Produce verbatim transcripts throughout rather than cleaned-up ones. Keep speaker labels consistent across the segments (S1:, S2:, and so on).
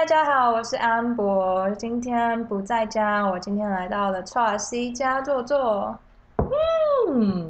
S1: 大家好，我是安博，今天不在家，我今天来到了 X R C 家坐坐。
S2: 嗯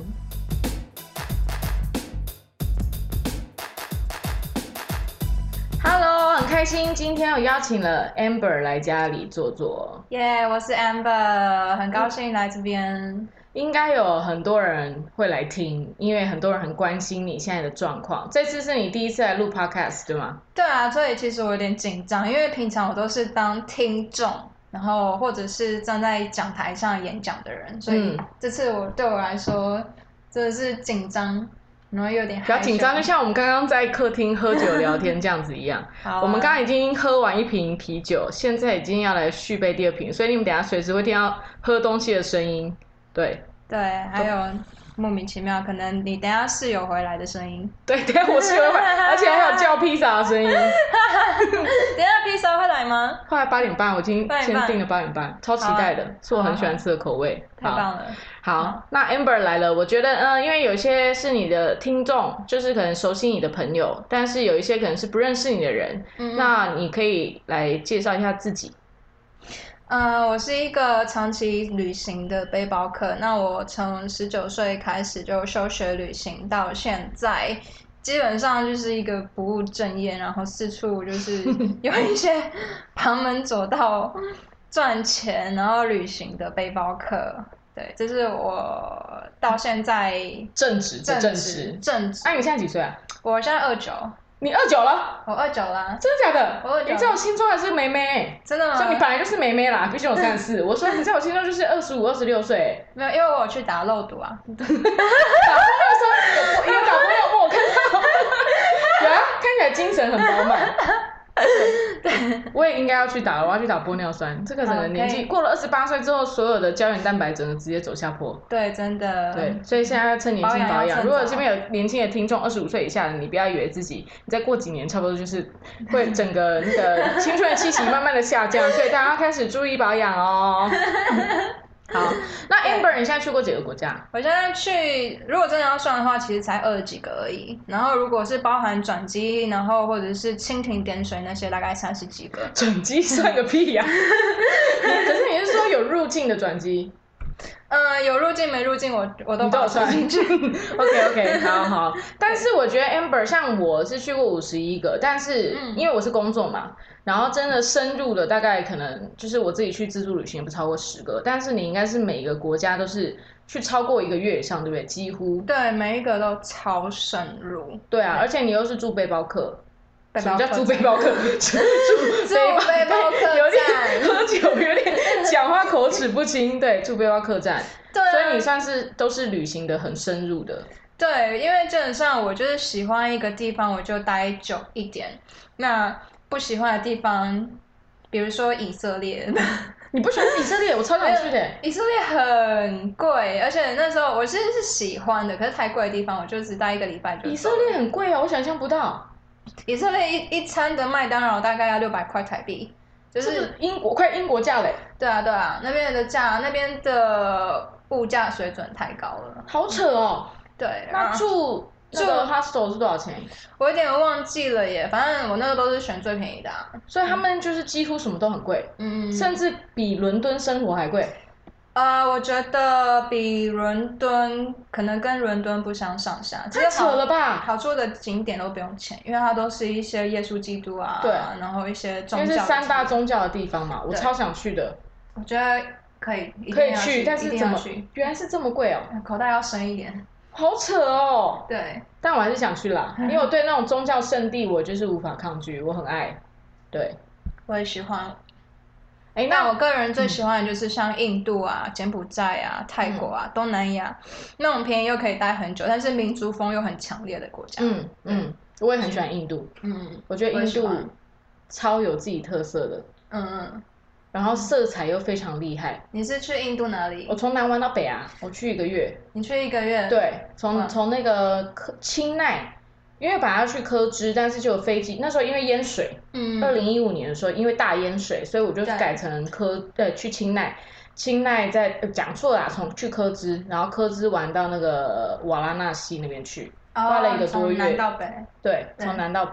S2: ，Hello，很开心今天我邀请了 Amber 来家里坐坐。
S1: 耶、yeah, 我是 Amber， 很高兴来这边。
S2: 应该有很多人会来听，因为很多人很关心你现在的状况。这次是你第一次来录 Podcast 对吗？
S1: 对啊，所以其实我有点紧张，因为平常我都是当听众，然后或者是站在讲台上演讲的人，所以这次我对我来说真的是紧张。然后有点害羞，
S2: 比较紧张，就像我们刚刚在客厅喝酒聊天这样子一样。
S1: 好、啊，
S2: 我们刚刚已经喝完一瓶啤酒，现在已经要来续杯第二瓶，所以你们等一下随时会听到喝东西的声音。对
S1: 对，还有莫名其妙，可能你等一下室友回来的声音。
S2: 对，等一下我室友回来，而且还有叫披萨的声音。
S1: 等一下披萨会来吗？
S2: 后来八点半，我已经先订了八点半，超期待的，是我很喜欢吃的口味。
S1: 太棒了。
S2: 好，好那 Amber 来了，我觉得，嗯、呃，因为有些是你的听众，就是可能熟悉你的朋友，但是有一些可能是不认识你的人，嗯、那你可以来介绍一下自己。
S1: 呃，我是一个长期旅行的背包客。那我从十九岁开始就休学旅行，到现在基本上就是一个不务正业，然后四处就是有一些旁门左道赚钱，然后旅行的背包客。对，这是我到现在
S2: 正职的正职。
S1: 正职。
S2: 那、啊、你现在几岁啊？
S1: 我现在二九。
S2: 你二九了？
S1: 我二九啦。
S2: 真的假的？
S1: 我二九。
S2: 你在我心中还是妹妹。
S1: 真的吗？
S2: 所以你本来就是妹妹啦，毕竟我三十四。我说你在我心中就是二十五、二十六岁。
S1: 没有，因为我有去打肉毒啊。
S2: 打玻尿酸，有有打玻尿吗？我看到。有啊，看起来精神很饱满。对，我也应该要去打了，我要去打玻尿酸。这个整个年纪过了二十八岁之后，所有的胶原蛋白整个直接走下坡。
S1: 对，真的。
S2: 对，所以现在要趁年轻保养。如果这边有年轻的听众，二十五岁以下的，你不要以为自己你再过几年差不多就是会整个那个青春的气息慢慢的下降，所以大家要开始注意保养哦。好，那 Amber 你现在去过几个国家？
S1: 我现在去，如果真的要算的话，其实才二十几个而已。然后如果是包含转机，然后或者是蜻蜓点水那些，大概三十几个。
S2: 转机算个屁呀、啊！可是你是说有入境的转机？
S1: 嗯，有入境没入境我我都
S2: 都有算进去。OK OK， 好好。但是我觉得 Amber 像我是去过五十一个，但是因为我是工作嘛，然后真的深入的大概可能就是我自己去自助旅行也不超过十个，但是你应该是每一个国家都是去超过一个月以上，对不对？几乎。
S1: 对，每一个都超深入。
S2: 对啊，而且你又是住背包客。
S1: 什么
S2: 叫住背包客？住
S1: 背包客
S2: 有点喝酒，有点讲话口齿不清。对，住背包客栈。
S1: 对、啊，
S2: 所以你算是都是旅行的很深入的。
S1: 对，因为基本上我就是喜欢一个地方，我就待久一点。那不喜欢的地方，比如说以色列。
S2: 你不喜欢以色列？我超想去的。
S1: 以色列很贵，而且那时候我其实是喜欢的，可是太贵的地方，我就只待一个礼拜就走了。
S2: 以色列很贵啊，我想象不到。
S1: 以色列一一餐的麦当劳大概要六百块台币，就是
S2: 英国快英国价嘞。
S1: 对啊对啊，那边的价，那边的物价水准太高了，
S2: 好扯哦。
S1: 对，
S2: 那住住 hostel 是多少钱？
S1: 我有点忘记了耶，反正我那个都是选最便宜的、啊，
S2: 所以他们就是几乎什么都很贵，嗯，甚至比伦敦生活还贵。
S1: 呃，我觉得比伦敦可能跟伦敦不相上下，
S2: 太扯了吧！
S1: 好处的景点都不用钱，因为它都是一些耶稣基督啊，
S2: 对，
S1: 然后一些宗教，
S2: 因为是三大宗教的地方嘛，我超想去的。
S1: 我觉得可以，
S2: 可以去，但是怎么
S1: 去？
S2: 原来是这么贵哦，
S1: 口袋要深一点。
S2: 好扯哦。
S1: 对，
S2: 但我还是想去啦，因为我对那种宗教圣地我就是无法抗拒，我很爱。对，
S1: 我也喜欢。哎，那我个人最喜欢的就是像印度啊、柬埔寨啊、泰国啊、嗯、东南亚那种便宜又可以待很久，但是民族风又很强烈的国家。
S2: 嗯嗯，我也很喜欢印度。嗯，我觉得印度超有自己特色的。嗯嗯，然后色彩又非常厉害。
S1: 你是去印度哪里？
S2: 我从南玩到北啊，我去一个月。
S1: 你去一个月？
S2: 对，从从那个清奈。因为本来要去科芝，但是就有飞机，那时候因为淹水，嗯，二零一五年的时候因为大淹水，所以我就改成科呃去清奈，清奈在讲错了，从去科芝，然后科芝玩到那个瓦拉纳西那边去，花了一个多月，
S1: 从南到北，
S2: 对，从南到北，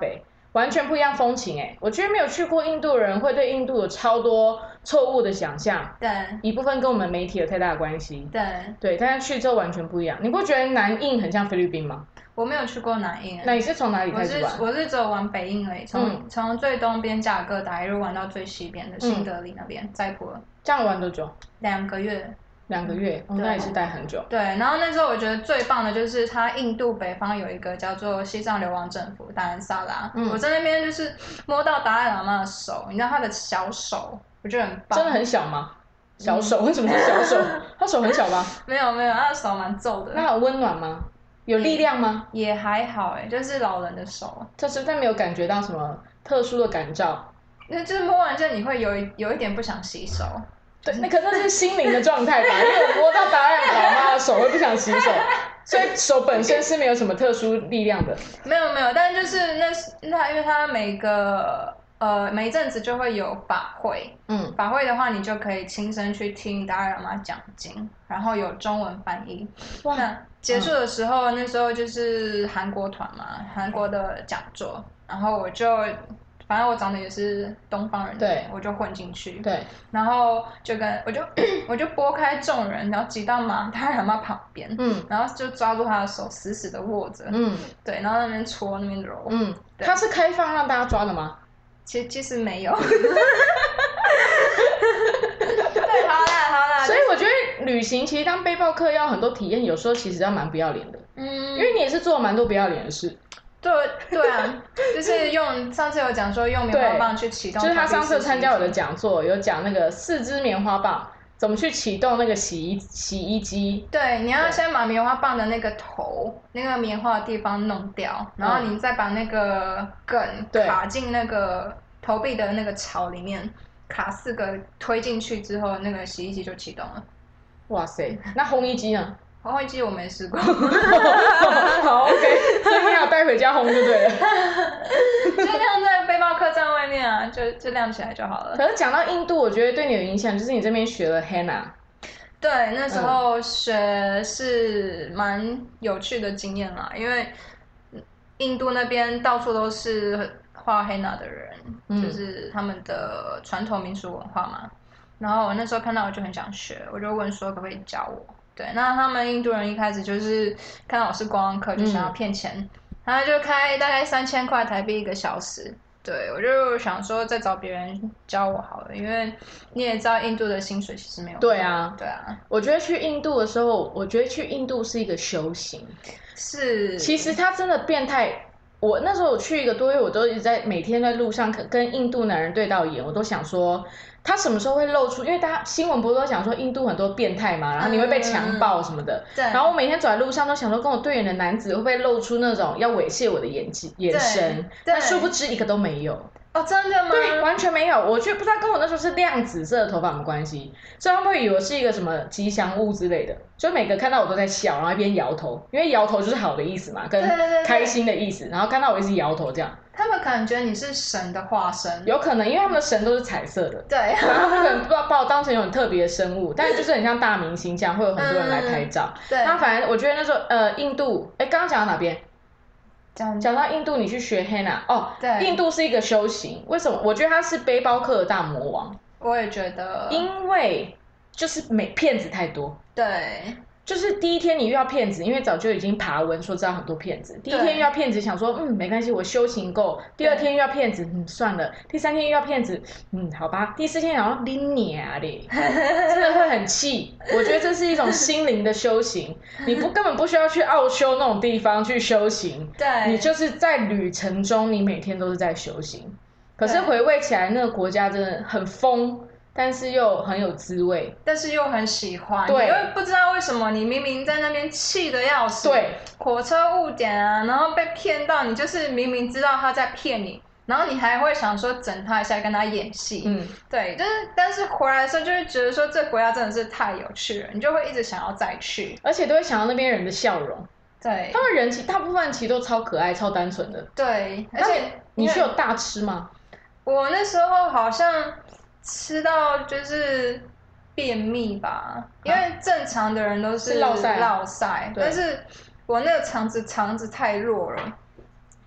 S2: 完全不一样风情哎！我觉得没有去过印度的人会对印度有超多错误的想象，
S1: 对，
S2: 一部分跟我们媒体有太大的关系，
S1: 对
S2: 对，但是去之后完全不一样。你不觉得南印很像菲律宾吗？
S1: 我没有去过南印，
S2: 那你是从哪里
S1: 我
S2: 开始玩？
S1: 是我是只有玩北印而已，从、
S2: 嗯、
S1: 从最东边加尔各答一路玩到最西边的新德里那边，斋普尔。
S2: 这样玩多久？
S1: 两个月。
S2: 两个月，哦，那也是待很久。
S1: 对，然后那时候我觉得最棒的就是它印度北方有一个叫做西藏流亡政府达兰萨拉，嗯、我在那边就是摸到达赖喇嘛的手，你知道他的小手，我觉得很棒。
S2: 真的很小吗？小手？为什么是小手？他手很小吗？
S1: 没有没有，他的手蛮皱的。
S2: 那很温暖吗？有力量吗？
S1: 也还好哎，就是老人的手。
S2: 就是但没有感觉到什么特殊的感召。
S1: 那就是摸完之后你会有一有一点不想洗手。
S2: 对，那可能是心灵的状态吧，因为我摸到达赖喇嘛的手会不想洗手，所以手本身是没有什么特殊力量的。
S1: 没有没有，但就是那那因为它每个呃每一阵子就会有法会，嗯，法会的话你就可以亲身去听达赖喇嘛讲经，然后有中文翻译。哇，那结束的时候、嗯、那时候就是韩国团嘛，韩国的讲座，然后我就。反正我长得也是东方人，对，我就混进去，对，然后就跟我就我就拨开众人，然后挤到马达喇嘛旁边，嗯，然后就抓住他的手，死死的握着，嗯，对，然后那边搓那边揉，嗯，
S2: 他是开放让大家抓的吗？
S1: 其其实没有，对，好啦好啦，
S2: 所以我觉得旅行其实当背包客要很多体验，有时候其实要蛮不要脸的，嗯，因为你也是做了蛮多不要脸的事。
S1: 对对啊，就是用上次有讲说用棉花棒去启动，
S2: 就是他上次参加我的讲座，有讲那个四支棉花棒怎么去启动那个洗衣洗衣机。
S1: 对，你要先把棉花棒的那个头，那个棉花的地方弄掉，然后你再把那个梗卡进那个投币的那个槽里面，卡四个推进去之后，那个洗衣机就启动了。
S2: 哇塞，那烘衣机呢？
S1: 烘衣机我没试过。
S2: 好 ，OK， 所以你要带回家烘就对了。
S1: 就晾在背包客栈外面啊，就就晾起来就好了。
S2: 可是讲到印度，我觉得对你有影响，就是你这边学了 henna。
S1: 对，那时候学是蛮有趣的经验啦，因为印度那边到处都是画 henna 的人，嗯、就是他们的传统民俗文化嘛。然后我那时候看到我就很想学，我就问说可不可以教我。对，那他们印度人一开始就是看到我是观光客，就想要骗钱，嗯、他就开大概三千块台币一个小时。对，我就想说再找别人教我好了，因为你也知道印度的薪水其实没有。
S2: 对啊，
S1: 对啊。
S2: 我觉得去印度的时候，我觉得去印度是一个修行。
S1: 是。
S2: 其实他真的变态。我那时候我去一个多月，我都一直在每天在路上跟印度男人对到眼，我都想说他什么时候会露出，因为大家新闻不是都讲说印度很多变态嘛，然后你会被强暴什么的，嗯、对。然后我每天走在路上都想说跟我对眼的男子会不会露出那种要猥亵我的眼睛眼神，但殊不知一个都没有。
S1: 哦，真的吗？
S2: 对，完全没有。我觉得不知道跟我那时候是亮紫色的头发有没有关系，所以他们会以为我是一个什么吉祥物之类的，就每个看到我都在笑，然后一边摇头，因为摇头就是好的意思嘛，跟开心的意思。然后看到我一直摇头这样，
S1: 他们可能觉得你是神的化身，
S2: 有可能，因为他们的神都是彩色的，
S1: 对，
S2: 然后他们可能不知道把我当成有很特别的生物，但是就是很像大明星这样，会有很多人来拍照。嗯、对，那反正我觉得那时候呃，印度，哎，刚刚讲到哪边？讲到印度，你去学 henna 哦，对，印度是一个修行，为什么？我觉得他是背包客的大魔王。
S1: 我也觉得，
S2: 因为就是没骗子太多。
S1: 对，
S2: 就是第一天你遇到骗子，因为早就已经爬文说知道很多骗子。第一天遇到骗子，想说嗯没关系，我修行够。第二天遇到骗子，嗯算了。第三天遇到骗子，嗯好吧。第四天想要拎你啊嘞，真的会很气。我觉得这是一种心灵的修行，你不根本不需要去奥修那种地方去修行，对，你就是在旅程中，你每天都是在修行。可是回味起来，那个国家真的很疯。但是又很有滋味，
S1: 但是又很喜欢，对，因为不知道为什么你明明在那边气得要死，
S2: 对，
S1: 火车误点啊，然后被骗到，你就是明明知道他在骗你，然后你还会想说整他一下，跟他演戏，嗯，对，就是但是回来的时候就会觉得说这国家真的是太有趣了，你就会一直想要再去，
S2: 而且都会想到那边人的笑容，
S1: 对，
S2: 他们人其大部分其实都超可爱、超单纯的，
S1: 对，而且
S2: 你是有大吃吗？
S1: 我那时候好像。吃到就是便秘吧，因为正常的人都是
S2: 落塞，
S1: 落塞，但是我那个肠子肠子太弱了，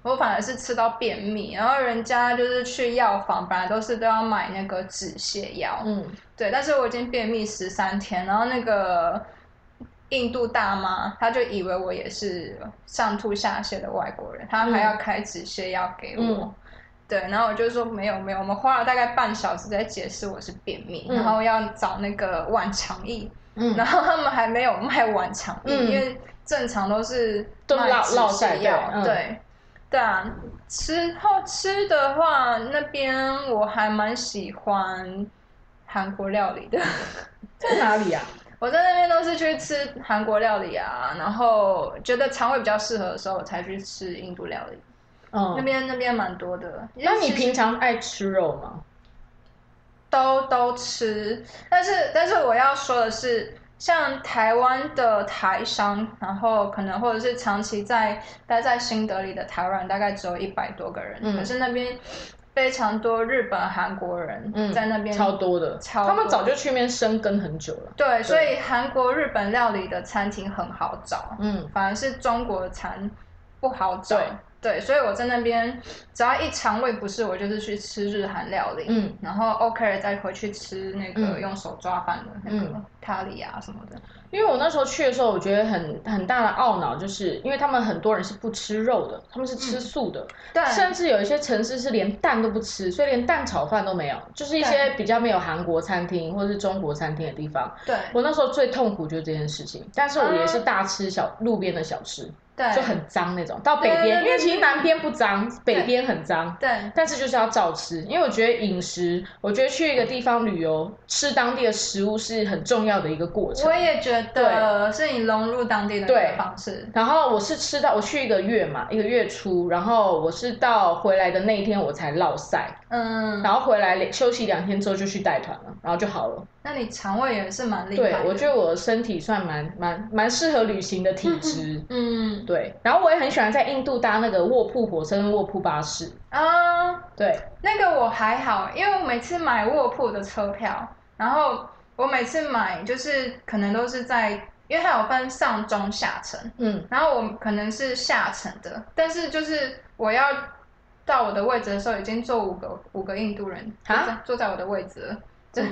S1: 我反而是吃到便秘，然后人家就是去药房，本来都是都要买那个止泻药，嗯，对，但是我已经便秘十三天，然后那个印度大妈她就以为我也是上吐下泻的外国人，她还要开止泻药给我。嗯，对，然后我就说没有没有，我们花了大概半小时在解释我是便秘，嗯、然后要找那个晚肠液，嗯，然后他们还没有卖晚肠液，嗯、因为正常都是卖止泻药，对。对对啊，吃后吃的话，那边我还蛮喜欢韩国料理的。
S2: 在哪里啊？
S1: 我在那边都是去吃韩国料理啊，然后觉得肠胃比较适合的时候，我才去吃印度料理。嗯，那边那边蛮多的。
S2: 那你平常爱吃肉吗？
S1: 都都吃，但是但是我要说的是。像台湾的台商，然后可能或者是长期在待在新德里的台湾人，大概只有一百多个人，嗯、可是那边非常多日本、韩国人在那边、
S2: 嗯、超多的，
S1: 超多
S2: 他们早就去那边生根很久了。
S1: 对，对所以韩国、日本料理的餐厅很好找，嗯，反而是中国餐不好找。对。对，所以我在那边只要一肠胃不适，我就是去吃日韩料理，嗯，然后 OK 了再回去吃那个用手抓饭的那个咖喱啊什么的。
S2: 因为我那时候去的时候，我觉得很很大的懊恼，就是因为他们很多人是不吃肉的，他们是吃素的，嗯、对，甚至有一些城市是连蛋都不吃，所以连蛋炒饭都没有，就是一些比较没有韩国餐厅或者是中国餐厅的地方。对，我那时候最痛苦就是这件事情，但是我也是大吃小路边的小吃。对，就很脏那种。到北边，因为其实南边不脏，北边很脏。对，但是就是要照吃，因为我觉得饮食，我觉得去一个地方旅游，吃当地的食物是很重要的一个过程。
S1: 我也觉得，是你融入当地的一个方式。
S2: 然后我是吃到我去一个月嘛，一个月初，然后我是到回来的那一天我才落晒，嗯，然后回来休息两天之后就去带团了，然后就好了。
S1: 那你肠胃也是蛮厉害的。
S2: 对，我觉得我的身体算蛮蛮蛮适合旅行的体质。嗯，对。然后我也很喜欢在印度搭那个卧铺火车跟卧铺巴士。啊，对，
S1: 那个我还好，因为我每次买卧铺的车票，然后我每次买就是可能都是在，因为它有分上中下层，嗯，然后我可能是下层的，但是就是我要到我的位置的时候，已经坐五个五个印度人坐在坐在我的位置了。对，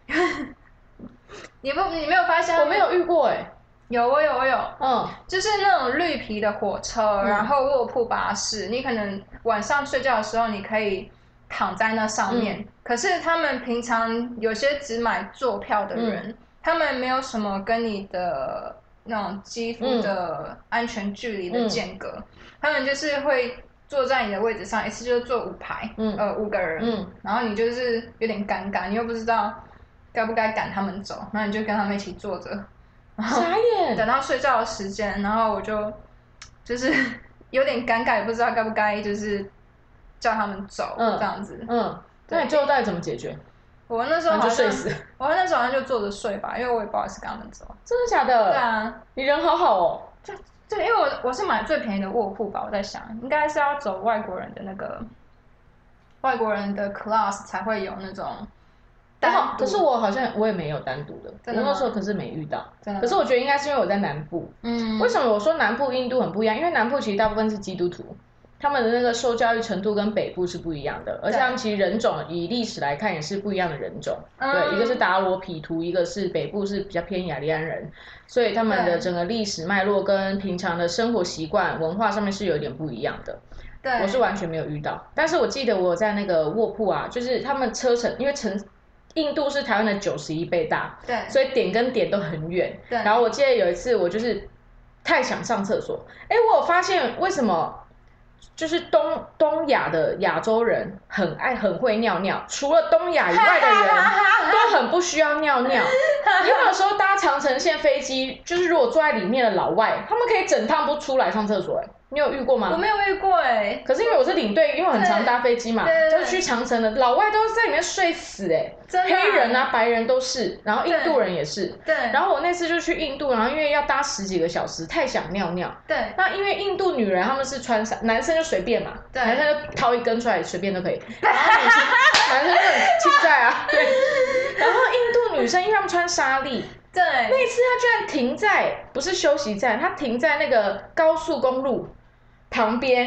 S1: 你不你没有发现？
S2: 我没有遇过哎、欸。
S1: 有我有我有，嗯，就是那种绿皮的火车，嗯、然后卧铺巴士，你可能晚上睡觉的时候你可以躺在那上面。嗯、可是他们平常有些只买坐票的人，嗯、他们没有什么跟你的那种肌肤的安全距离的间隔，嗯、他们就是会坐在你的位置上，一次就坐五排，嗯、呃五个人，嗯、然后你就是有点尴尬，你又不知道该不该赶他们走，然后你就跟他们一起坐着。
S2: 傻眼！
S1: 等到睡觉的时间，然后我就就是有点尴尬，也不知道该不该就是叫他们走、嗯、这样子。
S2: 嗯，那你最后到底怎么解决？
S1: 我那时候好像
S2: 就睡死，
S1: 我那时候好像就坐着睡吧，因为我也不好意思跟他们走。
S2: 真的假的？
S1: 对啊，
S2: 你人好好哦。
S1: 就对，因为我我是买最便宜的卧铺吧，我在想应该是要走外国人的那个外国人的 class 才会有那种。
S2: 好，可是我好像我也没有单独的，我那时候可是没遇到。可是我觉得应该是因为我在南部。嗯。为什么我说南部印度很不一样？因为南部其实大部分是基督徒，他们的那个受教育程度跟北部是不一样的，而且他们其实人种以历史来看也是不一样的人种。嗯、对，一个是达罗毗荼，一个是北部是比较偏雅利安人，所以他们的整个历史脉络跟平常的生活习惯、文化上面是有点不一样的。对。我是完全没有遇到，但是我记得我有在那个卧铺啊，就是他们车程，因为城。印度是台湾的九十一倍大，对，所以点跟点都很远。对，然后我记得有一次我就是太想上厕所，哎，我有发现为什么就是东东亚的亚洲人很爱很会尿尿，除了东亚以外的人都很不需要尿尿。因为有时候搭长程线飞机，就是如果坐在里面的老外，他们可以整趟都出来上厕所，哎。你有遇过吗？
S1: 我没有遇过哎、欸。
S2: 可是因为我是领队，因为我很常搭飞机嘛，就是去长程的，老外都是在里面睡死哎、欸，黑人啊、白人都是，然后印度人也是。对。然后我那次就去印度，然后因为要搭十几个小时，太想尿尿。对。那因为印度女人她们是穿纱，男生就随便嘛，对，男生就掏一根出来随便都可以，然后女生男生就很气在啊，对。然后印度女生因为她们穿纱丽。对。那一次她居然停在不是休息站，她停在那个高速公路。旁边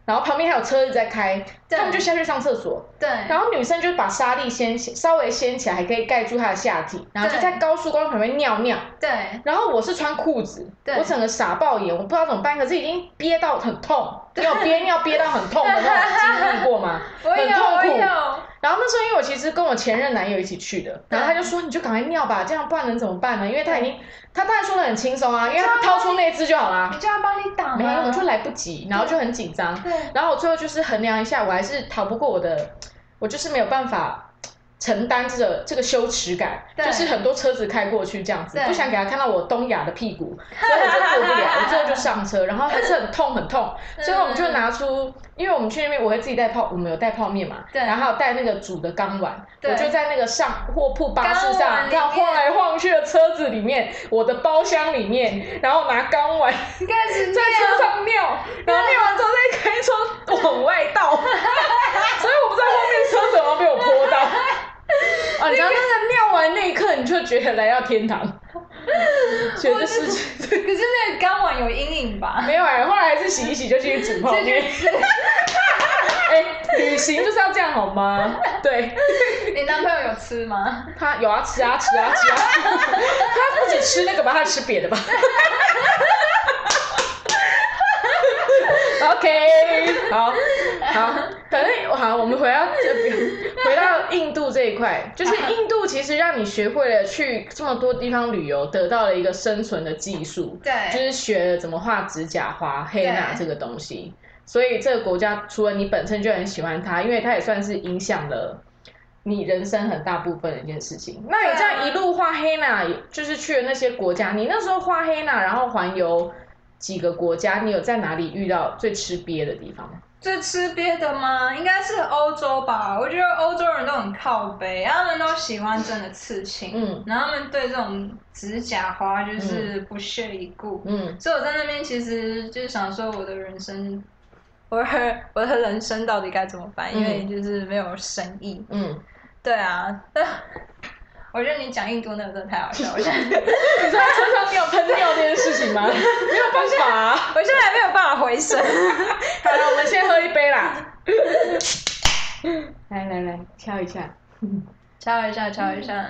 S2: 然后旁边还有车子在开，他们就下去上厕所。
S1: 对。
S2: 然后女生就把纱丽掀起，稍微掀起来，还可以盖住她的下体，然后就在高速公路旁边尿尿。
S1: 对。
S2: 然后我是穿裤子，我整个傻爆眼，我不知道怎么办，可是已经憋到很痛，你有憋尿憋到很痛的那种经历过吗？很痛苦。然后那时候因为我其实跟我前任男友一起去的，然后他就说你就赶快尿吧，这样不然能怎么办呢？因为他已经他当然说的很轻松啊，因为他掏出那只就好啦。
S1: 你叫他帮你挡啊。
S2: 没有，我就来不及，然后就很紧张。然后我最后就是衡量一下，我还是逃不过我的，我就是没有办法承担这个这个羞耻感，就是很多车子开过去这样子，不想给他看到我东亚的屁股，所以我就过不了，我最后就上车，然后还是很痛很痛，最后我们就拿出，因为我们去那边我会自己带泡，我们有带泡面嘛，然后还有带那个煮的钢碗，我就在那个上货铺巴士上，这样晃来晃去的车子里面，我的包厢里面，然后拿钢碗在车上尿，然后尿完之后再开窗往外倒，所以我不知道后面车怎么被我泼到。哦，你知道那个尿完那一刻，你就觉得来到天堂，觉得是。
S1: 可是那个钢碗有阴影吧？
S2: 没有哎、欸，后来还是洗一洗就去煮泡面。哎、欸，旅行就是要这样好吗？对。
S1: 你男朋友有吃吗？
S2: 他有啊，吃啊，吃啊，吃啊。他不止吃那个吧，他吃别的吧。OK， 好，好，反正好，我们回到这边，回到印度这一块，就是印度其实让你学会了去这么多地方旅游，得到了一个生存的技术，
S1: 对，
S2: 就是学了怎么画指甲花、黑娜这个东西。所以这个国家除了你本身就很喜欢它，因为它也算是影响了你人生很大部分的一件事情。那你这样一路画黑娜，就是去了那些国家，你那时候画黑娜，然后环游几个国家，你有在哪里遇到最吃瘪的地方吗？
S1: 最吃瘪的吗？应该是欧洲吧。我觉得欧洲人都很靠北，他们都喜欢真的刺青，嗯，然后他们对这种指甲花就是不屑一顾，嗯，所以我在那边其实就是想说，我的人生，我的我的人生到底该怎么办？嗯、因为就是没有生意，嗯，对啊。我觉得你讲印度那个真的太好笑了。你在
S2: 车上你有喷尿这件事情吗？没有办法、啊，
S1: 我现在还没有办法回神。
S2: 好了，我们先喝一杯啦。来来来，敲一下，
S1: 敲一下，敲一下。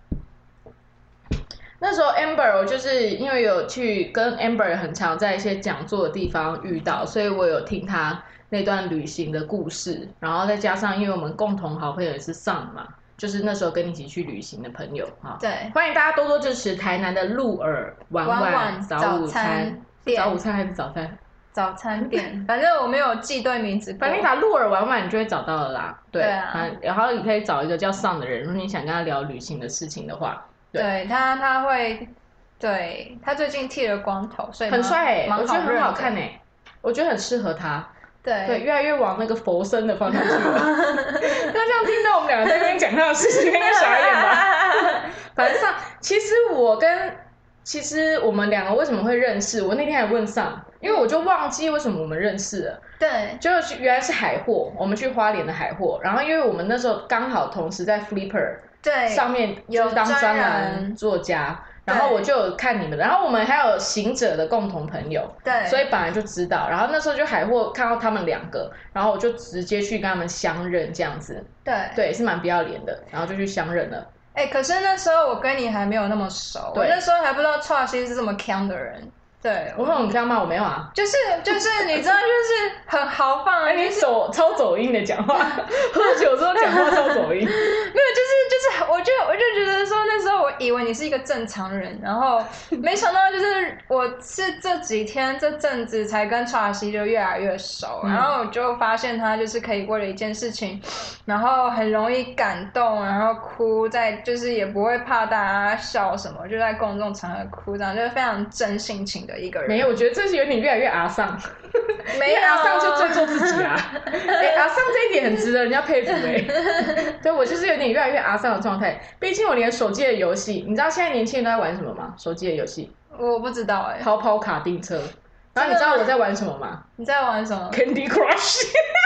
S2: 那时候 Amber 我就是因为有去跟 Amber 很常在一些讲座的地方遇到，所以我有听他那段旅行的故事，然后再加上因为我们共同好朋友也是 Sun 嘛。就是那时候跟你一起去旅行的朋友哈，
S1: 对，
S2: 欢迎大家多多支持台南的鹿耳晚晚早午餐店，早午餐还是早餐？
S1: 早餐店，反正我没有记对名字，
S2: 反正你打鹿耳晚晚你就会找到了啦。对，
S1: 对啊，
S2: 然后你可以找一个叫上的人，如果你想跟他聊旅行的事情的话，
S1: 对, 对他他会，对他最近剃了光头，所以
S2: 很帅哎、欸，我觉得很好看哎、欸，我觉得很适合他。
S1: 对,
S2: 对，越来越往那个佛生的方向去了。那这样听到我们两个在那边讲他的事情，应该傻眼吧？反正上，其实我跟其实我们两个为什么会认识？我那天还问上，因为我就忘记为什么我们认识了。
S1: 对，
S2: 就原来是海货，我们去花莲的海货，然后因为我们那时候刚好同时在 Flipper
S1: 对
S2: 上面就是当专栏作家。然后我就有看你们，然后我们还有行者的共同朋友，
S1: 对，
S2: 所以本来就知道。然后那时候就海货看到他们两个，然后我就直接去跟他们相认，这样子，
S1: 对，
S2: 对，是蛮不要脸的，然后就去相认了。
S1: 哎、欸，可是那时候我跟你还没有那么熟，我那时候还不知道蔡西是这么强的人。对，
S2: 我说很强吗？我没有啊，
S1: 就是就是你知道，就是很豪放啊，
S2: 哎、欸，你走超走音的讲话，喝酒之后讲话超走音。
S1: 没有，就是就是，我就我就觉得说，那时候我以为你是一个正常人，然后没想到就是我是这几天这阵子才跟蔡西就越来越熟，嗯、然后我就发现他就是可以为了一件事情，然后很容易感动，然后哭，在就是也不会怕大家笑什么，就在公众场合哭，这样就是非常真性情的。一个人
S2: 没有，我觉得这是有点越来越阿丧，
S1: 没有
S2: 阿丧就最做自己啊。哎、欸，阿丧这一点很值得人家佩服哎、欸。对，我就是有点越来越阿丧的状态。毕竟我连手机的游戏，你知道现在年轻人都在玩什么吗？手机的游戏？
S1: 我不知道哎、欸。
S2: 跑跑卡丁车。然后你知道我在玩什么吗？
S1: 你在玩什么
S2: ？Candy Crush。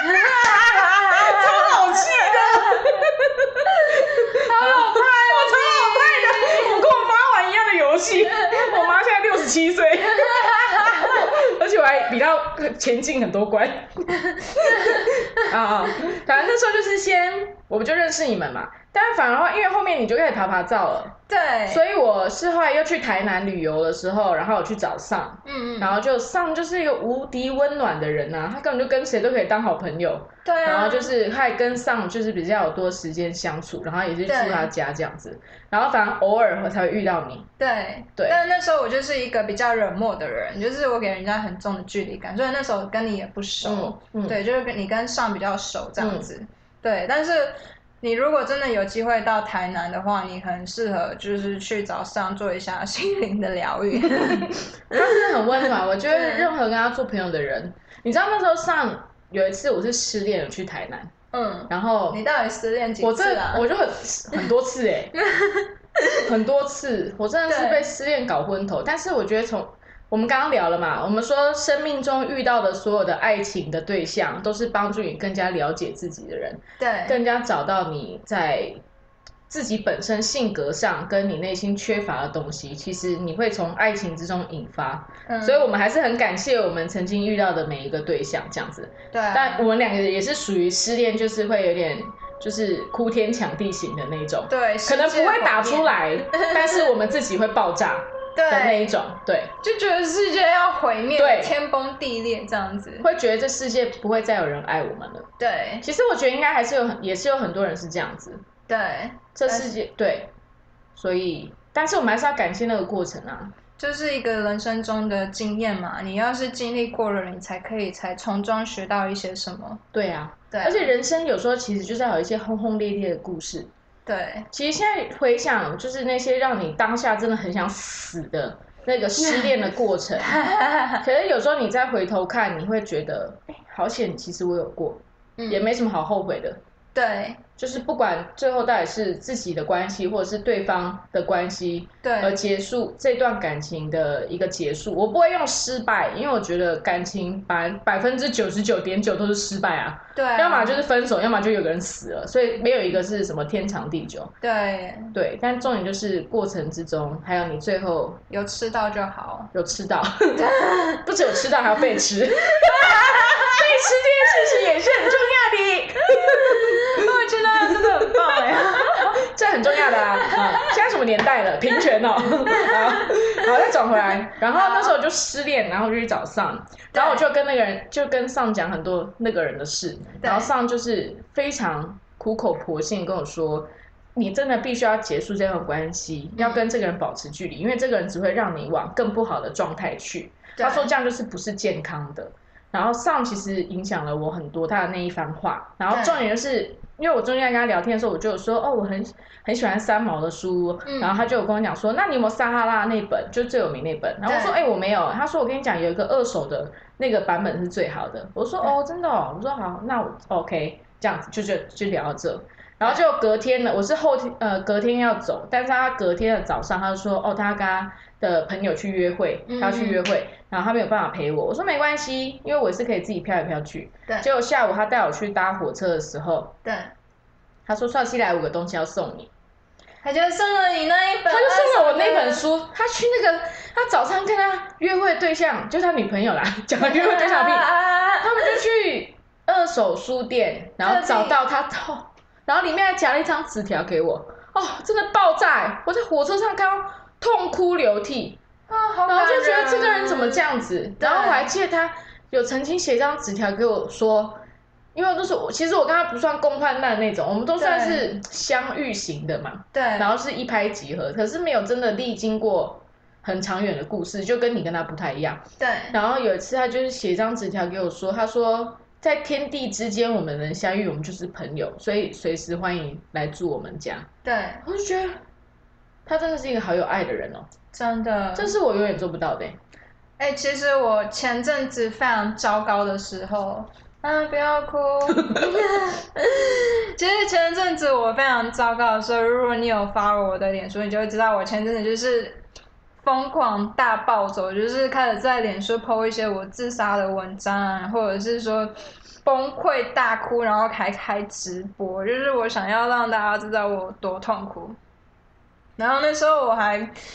S2: 超好气的。
S1: 好好拍。
S2: 我超好拍的，我跟我妈玩一样的游戏。我妈现在六十七岁，而且我还比她要前进很多关。啊啊，反正那时候就是先我们就认识你们嘛，但反而因为后面你就开始爬爬照了。
S1: 对，
S2: 所以我是后来又去台南旅游的时候，然后我去找上，
S1: 嗯嗯，
S2: 然后就上就是一个无敌温暖的人啊，他根本就跟谁都可以当好朋友。
S1: 对啊，
S2: 然后就是还跟上就是比较有多时间相处，然后也是住他家这样子，然后反正偶尔才会遇到你。
S1: 对
S2: 对，
S1: 但是那时候我就是一个比较冷漠的人，就是我给人家很重的距离感，所以那时候跟你也不熟，
S2: 嗯嗯、
S1: 对，就是跟你跟上比较熟这样子，嗯、对，但是。你如果真的有机会到台南的话，你很适合就是去找上做一下心灵的疗愈。他
S2: 真的很温暖，我觉得任何跟他做朋友的人，你知道那时候上有一次我是失恋了去台南，嗯，然后
S1: 你到底失恋几次啊？
S2: 我这我就很很多次哎、欸，很多次，我真的是被失恋搞昏头。但是我觉得从我们刚刚聊了嘛，我们说生命中遇到的所有的爱情的对象，都是帮助你更加了解自己的人，
S1: 对，
S2: 更加找到你在自己本身性格上跟你内心缺乏的东西，其实你会从爱情之中引发。嗯、所以我们还是很感谢我们曾经遇到的每一个对象，这样子。
S1: 对、啊，
S2: 但我们两个也是属于失恋，就是会有点。就是哭天抢地型的那种，
S1: 对，
S2: 可能不会打出来，但是我们自己会爆炸的那一种，对，
S1: 就觉得世界要毁灭，对，天崩地裂这样子，
S2: 会觉得这世界不会再有人爱我们了。
S1: 对，
S2: 其实我觉得应该还是有很，也是有很多人是这样子，
S1: 对，
S2: 这世界对，所以，但是我们还是要感谢那个过程啊。
S1: 就是一个人生中的经验嘛，你要是经历过了，你才可以才从中学到一些什么。
S2: 对啊，
S1: 对啊，
S2: 而且人生有时候其实就是要有一些轰轰烈烈的故事。
S1: 对，
S2: 其实现在回想，就是那些让你当下真的很想死的那个失恋的过程，可是有时候你再回头看，你会觉得，哎，好险，其实我有过，嗯、也没什么好后悔的。
S1: 对，
S2: 就是不管最后到底是自己的关系，或者是对方的关系，
S1: 对，
S2: 而结束这段感情的一个结束，我不会用失败，因为我觉得感情百百分之九十九点九都是失败啊，
S1: 对啊，
S2: 要么就是分手，要么就有个人死了，所以没有一个是什么天长地久。
S1: 对
S2: 对，但重点就是过程之中，还有你最后
S1: 有吃到就好，
S2: 有吃到，不只有吃到，还要被吃，被吃这件事情也是很重要的。
S1: 我觉得真的很棒哎，
S2: 这很重要的啊！啊现在什么年代了？平权哦。好，好，再转回来。然后那时候我就失恋，然后就去找上，然后我就跟那个人，就跟上讲很多那个人的事，然后上就是非常苦口婆心跟我说，你真的必须要结束这段关系，要跟这个人保持距离，因为这个人只会让你往更不好的状态去。他说这样就是不是健康的。然后上其实影响了我很多他的那一番话，然后重点就是因为我中间跟他聊天的时候，我就有说哦，我很很喜欢三毛的书，嗯、然后他就有跟我讲说，那你有没有撒哈拉那本，就最有名那本？然后我说哎、欸、我没有，他说我跟你讲有一个二手的那个版本是最好的，我说哦真的哦，我说好，那我 OK 这样子就就就聊到这。然后就隔天了，我是后天呃隔天要走，但是他隔天的早上他就说哦，他跟他的朋友去约会，他要去约会，嗯、然后他没有办法陪我，我说没关系，因为我是可以自己飘来飘去。对。结果下午他带我去搭火车的时候，对，他说少熙来五个东西要送你，
S1: 他就送了你那一本，
S2: 他就送了我那本书，他去那个他早上跟他约会的对象就是他女朋友啦，讲他约会对象屁，他们就去二手书店，然后找到他哦。然后里面还夹了一张纸条给我，哦，真的爆炸！我在火车上看到痛哭流涕，
S1: 啊，好感人，
S2: 然后就觉得这个人怎么这样子？然后我还记得他有曾经写一张纸条给我说，因为都是我，其实我跟他不算共患难那种，我们都算是相遇型的嘛，
S1: 对，
S2: 然后是一拍即合，可是没有真的历经过很长远的故事，就跟你跟他不太一样，
S1: 对。
S2: 然后有一次他就是写一张纸条给我说，他说。在天地之间，我们能相遇，我们就是朋友，所以随时欢迎来住我们家。对，我就觉得他真的是一个好有爱的人哦，
S1: 真的，
S2: 这是我永远做不到的。
S1: 哎、欸，其实我前阵子非常糟糕的时候，啊，不要哭。其实前阵子我非常糟糕的时候，如果你有 follow 我的脸书，你就会知道我前阵子就是疯狂大暴走，就是开始在脸书 po 一些我自杀的文章啊，或者是说崩溃大哭，然后还开直播，就是我想要让大家知道我有多痛苦。然后那时候我还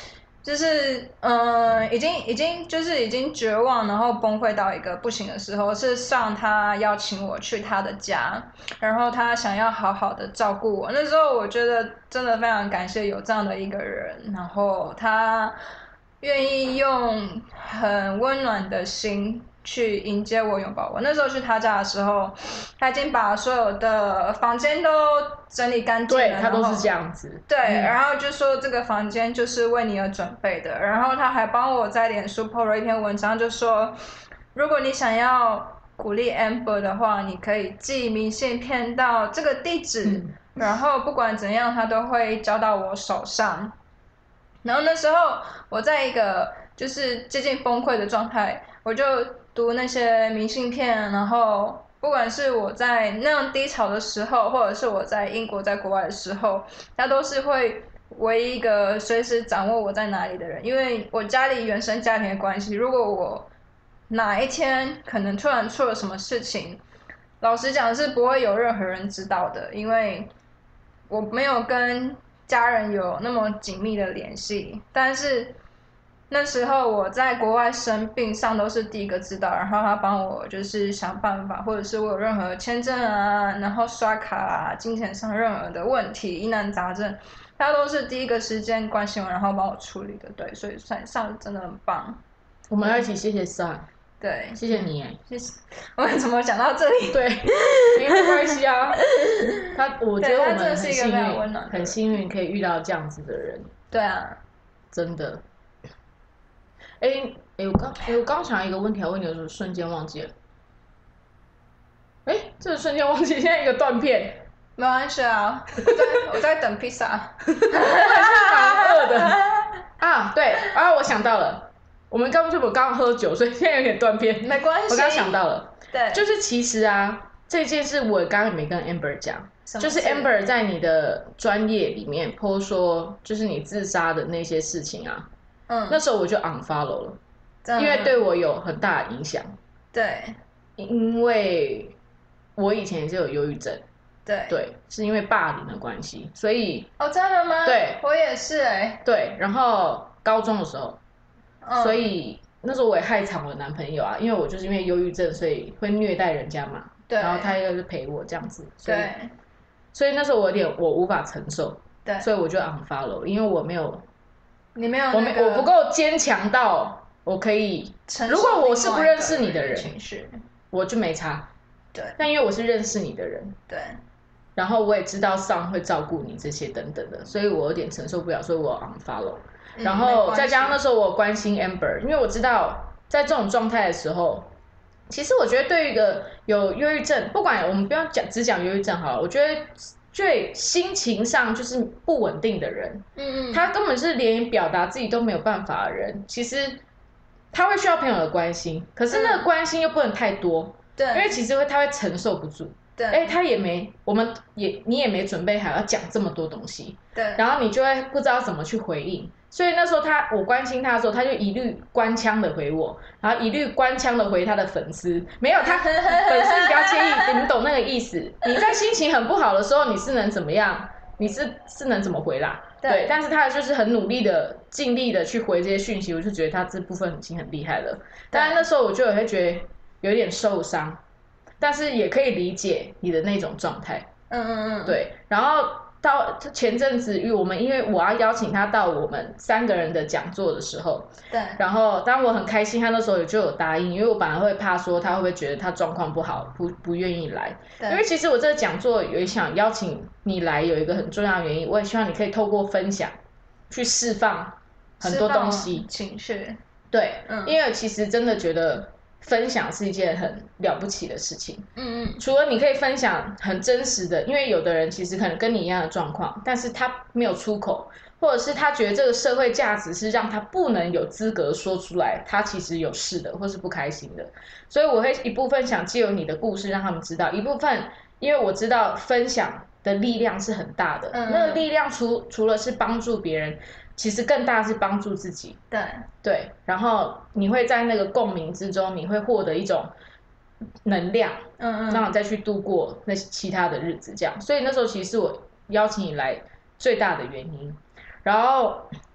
S1: 就是嗯、呃，已经已经就是已经绝望，然后崩溃到一个不行的时候，是上他邀请我去他的家，然后他想要好好的照顾我。那时候我觉得真的非常感谢有这样的一个人，然后他愿意用很温暖的心去迎接我、拥抱我。那时候去他家的时候，他已经把所有的房间都整理干净了，
S2: 对，他都是这样子。
S1: 对、嗯，然后就说这个房间就是为你而准备的。然后他还帮我在脸书 po 了一篇文章，就说如果你想要鼓励 Amber 的话，你可以寄明信片到这个地址，嗯、然后不管怎样，他都会交到我手上。然后那时候我在一个就是接近崩溃的状态，我就读那些明信片，然后不管是我在那样低潮的时候，或者是我在英国在国外的时候，他都是会唯一一个随时掌握我在哪里的人。因为我家里原生家庭的关系，如果我哪一天可能突然出了什么事情，老实讲是不会有任何人知道的，因为我没有跟家人有那么紧密的联系。但是那时候我在国外生病上都是第一个知道，然后他帮我就是想办法，或者是我有任何签证啊，然后刷卡啊，金钱上任何的问题疑难杂症，他都是第一个时间关心我，然后帮我处理的。对，所以上真的很棒。
S2: 我们要一起谢谢上。
S1: 对，
S2: 谢谢你耶。
S1: 谢谢。我们怎么讲到这里？
S2: 对，没关系啊。他，我觉得我们很幸运，很幸运可以遇到这样子的人。
S1: 对啊，
S2: 真的。哎哎，我刚哎我刚想一个问题，我问你的时候瞬间忘记了。哎，这个瞬间忘记，现在一个断片。
S1: 没关系啊，我在我在等披萨。
S2: 我也是蛮饿的。啊，对啊，我想到了。我们刚不是我刚刚喝酒，所以现在有点断片。
S1: 没关系，
S2: 我刚想到了，
S1: 对，
S2: 就是其实啊，这件事我刚刚也没跟 Amber 讲，就是 Amber 在你的专业里面 po 说，就是你自杀的那些事情啊，嗯，那时候我就 unfollow 了，因为对我有很大的影响。
S1: 对，
S2: 因为我以前也是有忧郁症，
S1: 对，
S2: 对，是因为霸凌的关系，所以
S1: 哦，真的吗？
S2: 对，
S1: 我也是哎、欸，
S2: 对，然后高中的时候。所以那时候我也害惨我的男朋友啊，因为我就是因为忧郁症，所以会虐待人家嘛。对。然后他又是陪我这样子，所以对。所以那时候我有点我无法承受，对。所以我就 unfollow， 因为我没有，
S1: 你没有、那
S2: 個，我没我不够坚强到我可以。如果我是不认识你的人，我就没差。对。但因为我是认识你的人，对。然后我也知道上会照顾你这些等等的，所以我有点承受不了，所以我 unfollow。然后再加上那时候我关心 Amber， 因为我知道在这种状态的时候，其实我觉得对于一个有忧郁症，不管我们不要讲只讲忧郁症好了，我觉得最心情上就是不稳定的人，嗯嗯，他根本是连表达自己都没有办法的人，其实他会需要朋友的关心，可是那个关心又不能太多，对、嗯，因为其实会他会承受不住。对，哎，他也没，我们也你也没准备好要讲这么多东西，对，然后你就会不知道怎么去回应，所以那时候他我关心他的时候，他就一律官腔的回我，然后一律官腔的回他的粉丝，没有他粉丝你不要介意，你懂那个意思。你在心情很不好的时候，你是能怎么样？你是是能怎么回啦？对，对，但是他就是很努力的、尽力的去回这些讯息，我就觉得他这部分已经很厉害了。但是那时候我就也会觉得有点受伤。但是也可以理解你的那种状态，嗯嗯嗯，对。然后到前阵子，因为我们因为我要邀请他到我们三个人的讲座的时候，对。然后当然我很开心，他那时候也就有答应，因为我本来会怕说他会不会觉得他状况不好，不不愿意来。对。因为其实我这个讲座有想邀请你来，有一个很重要的原因，我也希望你可以透过分享去释放很多东西，
S1: 情绪。
S2: 对，嗯，因为其实真的觉得。分享是一件很了不起的事情，嗯嗯，除了你可以分享很真实的，因为有的人其实可能跟你一样的状况，但是他没有出口，或者是他觉得这个社会价值是让他不能有资格说出来，他其实有事的，或是不开心的，所以我会一部分想借由你的故事让他们知道，一部分因为我知道分享的力量是很大的，嗯嗯，那个力量除除了是帮助别人。其实更大是帮助自己，对对，然后你会在那个共鸣之中，你会获得一种能量，嗯嗯，让你再去度过那其他的日子，这样。所以那时候其实是我邀请你来最大的原因。然后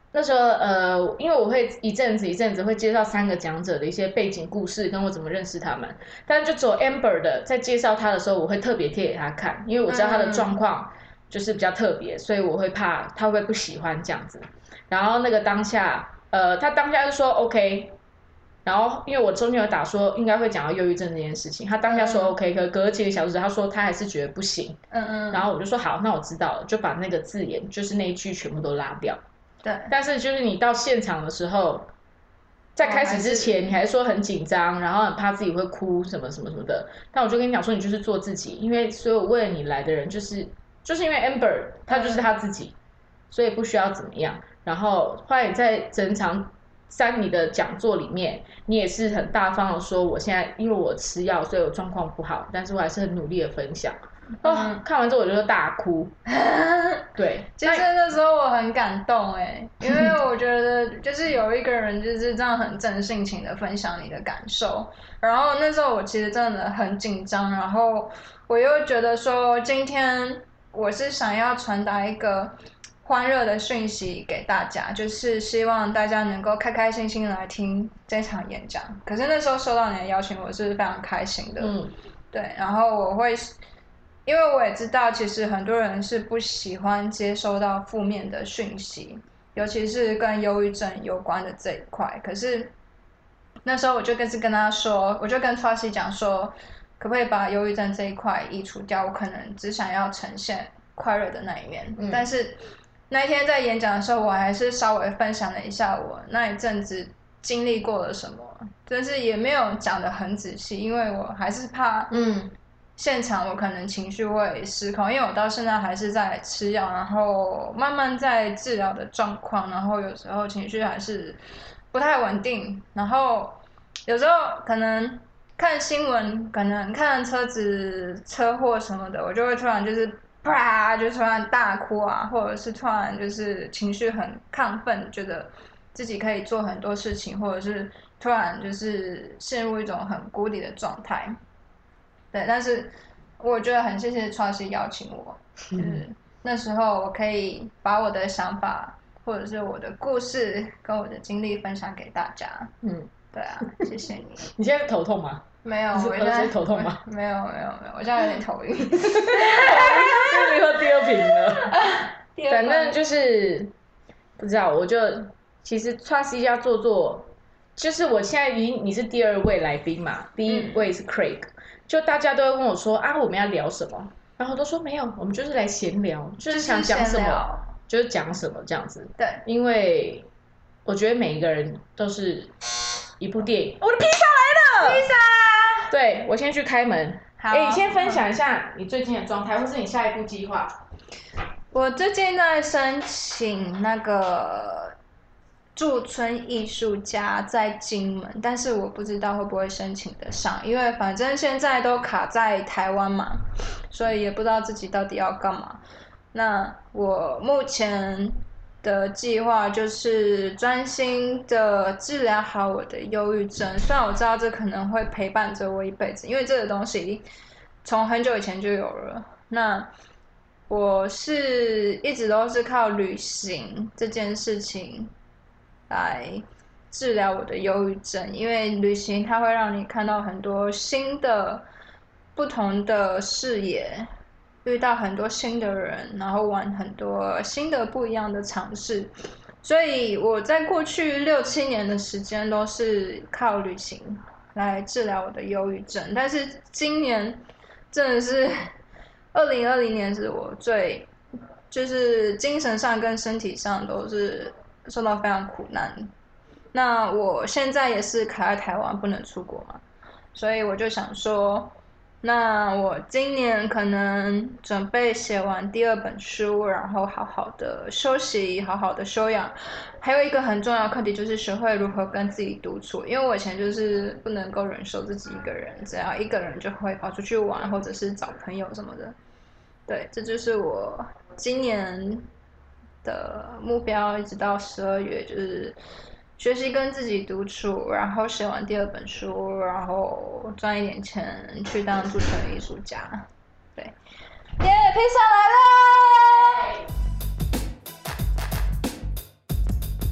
S2: 那时候呃，因为我会一阵子一阵子会介绍三个讲者的一些背景故事，跟我怎么认识他们。但就只有 Amber 的在介绍他的时候，我会特别贴给他看，因为我知道他的状况就是比较特别，所以我会怕他会不会不喜欢这样子。然后那个当下，呃，他当下就说 OK。然后，因为我中间有打说应该会讲到忧郁症这件事情，他当下说 OK，、嗯、可隔几个小时他说他还是觉得不行，嗯嗯，然后我就说好，那我知道了，就把那个字眼就是那一句全部都拉掉。
S1: 对，
S2: 但是就是你到现场的时候，在开始之前，你还是说很紧张，然后很怕自己会哭什么什么什么的。但我就跟你讲说，你就是做自己，因为所有为了你来的人，就是就是因为 Amber 他就是他自己，嗯、所以不需要怎么样。然后后来你在整场三你的讲座里面，你也是很大方的说，我现在因为我吃药，所以我状况不好，但是我还是很努力的分享。哦，嗯、看完之后我就大哭。对，
S1: 其实那时候我很感动哎，因为我觉得就是有一个人就是这样很真性情的分享你的感受，然后那时候我其实真的很紧张，然后我又觉得说今天我是想要传达一个欢热的讯息给大家，就是希望大家能够开开心心来听这场演讲。可是那时候收到你的邀请，我是非常开心的。嗯，对，然后我会，因为我也知道，其实很多人是不喜欢接收到负面的讯息，尤其是跟忧郁症有关的这一块。可是那时候我就跟是跟他说，我就跟 Tracy 讲说，可不可以把忧郁症这一块移除掉？我可能只想要呈现快乐的那一面，嗯、但是。那一天在演讲的时候，我还是稍微分享了一下我那一阵子经历过了什么，但是也没有讲得很仔细，因为我还是怕，嗯，现场我可能情绪会失控，因为我到现在还是在吃药，然后慢慢在治疗的状况，然后有时候情绪还是不太稳定，然后有时候可能看新闻，可能看车子车祸什么的，我就会突然就是。啪！就突然大哭啊，或者是突然就是情绪很亢奋，觉得自己可以做很多事情，或者是突然就是陷入一种很谷底的状态。对，但是我觉得很谢谢创西邀请我，就是那时候我可以把我的想法或者是我的故事跟我的经历分享给大家。嗯，对啊，谢谢你。
S2: 你现在头痛吗？
S1: 没有，我现在
S2: 头痛吗？
S1: 没有没有没有，我现在有点头晕。
S2: 终于喝第二瓶了。反正就是不知道，我就其实 Tracy 要做做，就是我现在已经你是第二位来宾嘛，第一位是 Craig，、嗯、就大家都会问我说啊，我们要聊什么？然后我都说没有，我们就是来闲聊，就是想讲什么就是讲什么这样子。
S1: 对，
S2: 因为我觉得每一个人都是一部电影。我的披萨来了！
S1: 披萨。
S2: 对，我先去开门。好，哎，你先分享一下你最近的状态，或是你下一步计划。
S1: 我最近在申请那个驻村艺术家在金门，但是我不知道会不会申请得上，因为反正现在都卡在台湾嘛，所以也不知道自己到底要干嘛。那我目前的计划就是专心的治疗好我的忧郁症，虽然我知道这可能会陪伴着我一辈子，因为这个东西从很久以前就有了。那我是一直都是靠旅行这件事情来治疗我的忧郁症，因为旅行它会让你看到很多新的不同的视野，遇到很多新的人，然后玩很多新的不一样的尝试，所以我在过去六七年的时间都是靠旅行来治疗我的忧郁症，但是今年真的是二零二零年是我最就是精神上跟身体上都是受到非常苦难。那我现在也是卡在台湾不能出国嘛，所以我就想说，那我今年可能准备写完第二本书，然后好好的休息，好好的休养。还有一个很重要的课题就是学会如何跟自己独处，因为我以前就是不能够忍受自己一个人，只要一个人就会跑出去玩或者是找朋友什么的。对，这就是我今年的目标，一直到十二月就是学习跟自己独处，然后写完第二本书，然后赚一点钱去当驻村艺术家。对，耶，披萨来了！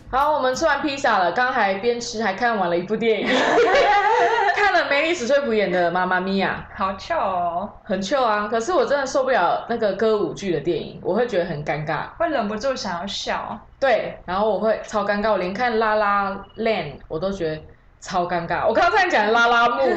S2: 好，我们吃完披萨了，刚还边吃还看完了一部电影，看了梅丽史翠普演的《妈妈咪呀》，
S1: 好糗哦，
S2: 很糗啊！可是我真的受不了那个歌舞剧的电影，我会觉得很尴尬，
S1: 会忍不住想要笑。
S2: 对，然后我会超尴尬，我连看《拉拉 Land》我都觉得超尴尬。我刚刚在讲拉拉木。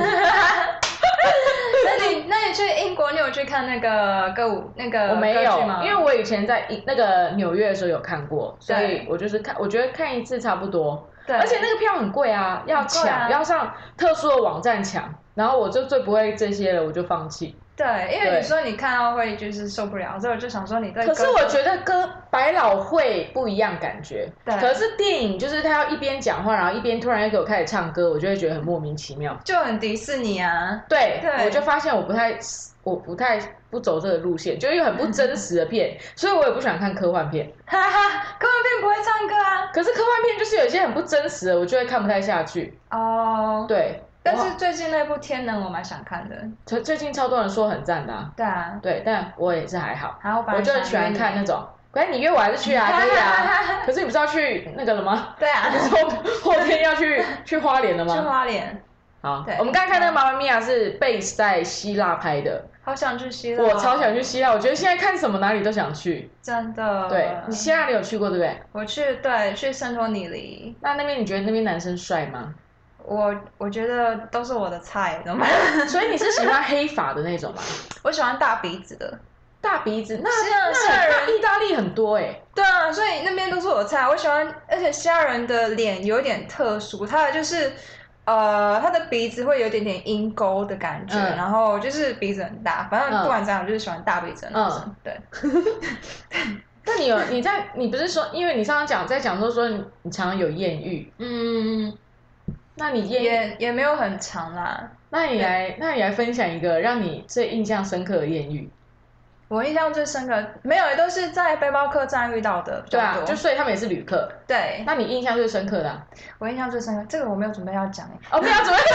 S1: 那你那你去英国，你有去看那个歌舞那个
S2: 我没有，
S1: 吗？
S2: 因为我以前在那个纽约的时候有看过，所以我就是看，我觉得看一次差不多。对，而且那个票很贵啊，要抢，啊、要上特殊的网站抢，然后我就最不会这些了，我就放弃。
S1: 对，因为你说你看到会就是受不了，所以我就想说你对。
S2: 可是我觉得歌百老汇不一样感觉，对。可是电影就是他要一边讲话，然后一边突然又给我开始唱歌，我就会觉得很莫名其妙，
S1: 就很迪士尼啊。
S2: 对，对我就发现我不太，我不太不走这个路线，就一个很不真实的片，所以我也不喜欢看科幻片。
S1: 哈哈，科幻片不会唱歌啊。
S2: 可是科幻片就是有一些很不真实的，我就会看不太下去。哦，对。
S1: 但是最近那部《天能》我蛮想看的，
S2: 最最近超多人说很赞的、啊。
S1: 对啊，
S2: 对，但我也是还好。
S1: 还我
S2: 我就很喜欢看那种，可是你约我还是去啊，可以啊。可是你不是要去那个了吗？
S1: 对啊，
S2: 你说后天要去去花莲了吗？
S1: 去花莲。
S2: 好，我们刚刚看那个《妈妈咪呀》是 base 在希腊拍的。
S1: 好想去希腊。
S2: 我超想去希腊，我觉得现在看什么哪里都想去。
S1: 真的。
S2: 对，你希腊你有去过对不对？
S1: 我去，对，去圣托里尼。
S2: 那那边你觉得那边男生帅吗？
S1: 我我觉得都是我的菜，懂吗？
S2: 所以你是喜欢黑发的那种吗？
S1: 我喜欢大鼻子的。
S2: 大鼻子，那
S1: 希腊
S2: 希腊人意大利很多哎、欸。
S1: 对啊，所以那边都是我的菜。我喜欢，而且希腊人的脸有点特殊，他的就是呃，他的鼻子会有点点鹰钩的感觉，嗯、然后就是鼻子很大。反正不管怎样，我就是喜欢大鼻子的男生。嗯、对。
S2: 那你有你在你不是说，因为你上次讲在讲说说你你常常有艳遇，嗯。那你
S1: 也也没有很长啦。
S2: 那你来，那你来分享一个让你最印象深刻的艳遇。
S1: 我印象最深刻，没有，都是在背包客栈遇到的。
S2: 对啊，就所以他们也是旅客。
S1: 对。
S2: 那你印象最深刻的、啊？
S1: 我印象最深刻，这个我没有准备要讲哎。
S2: 哦，不要准备。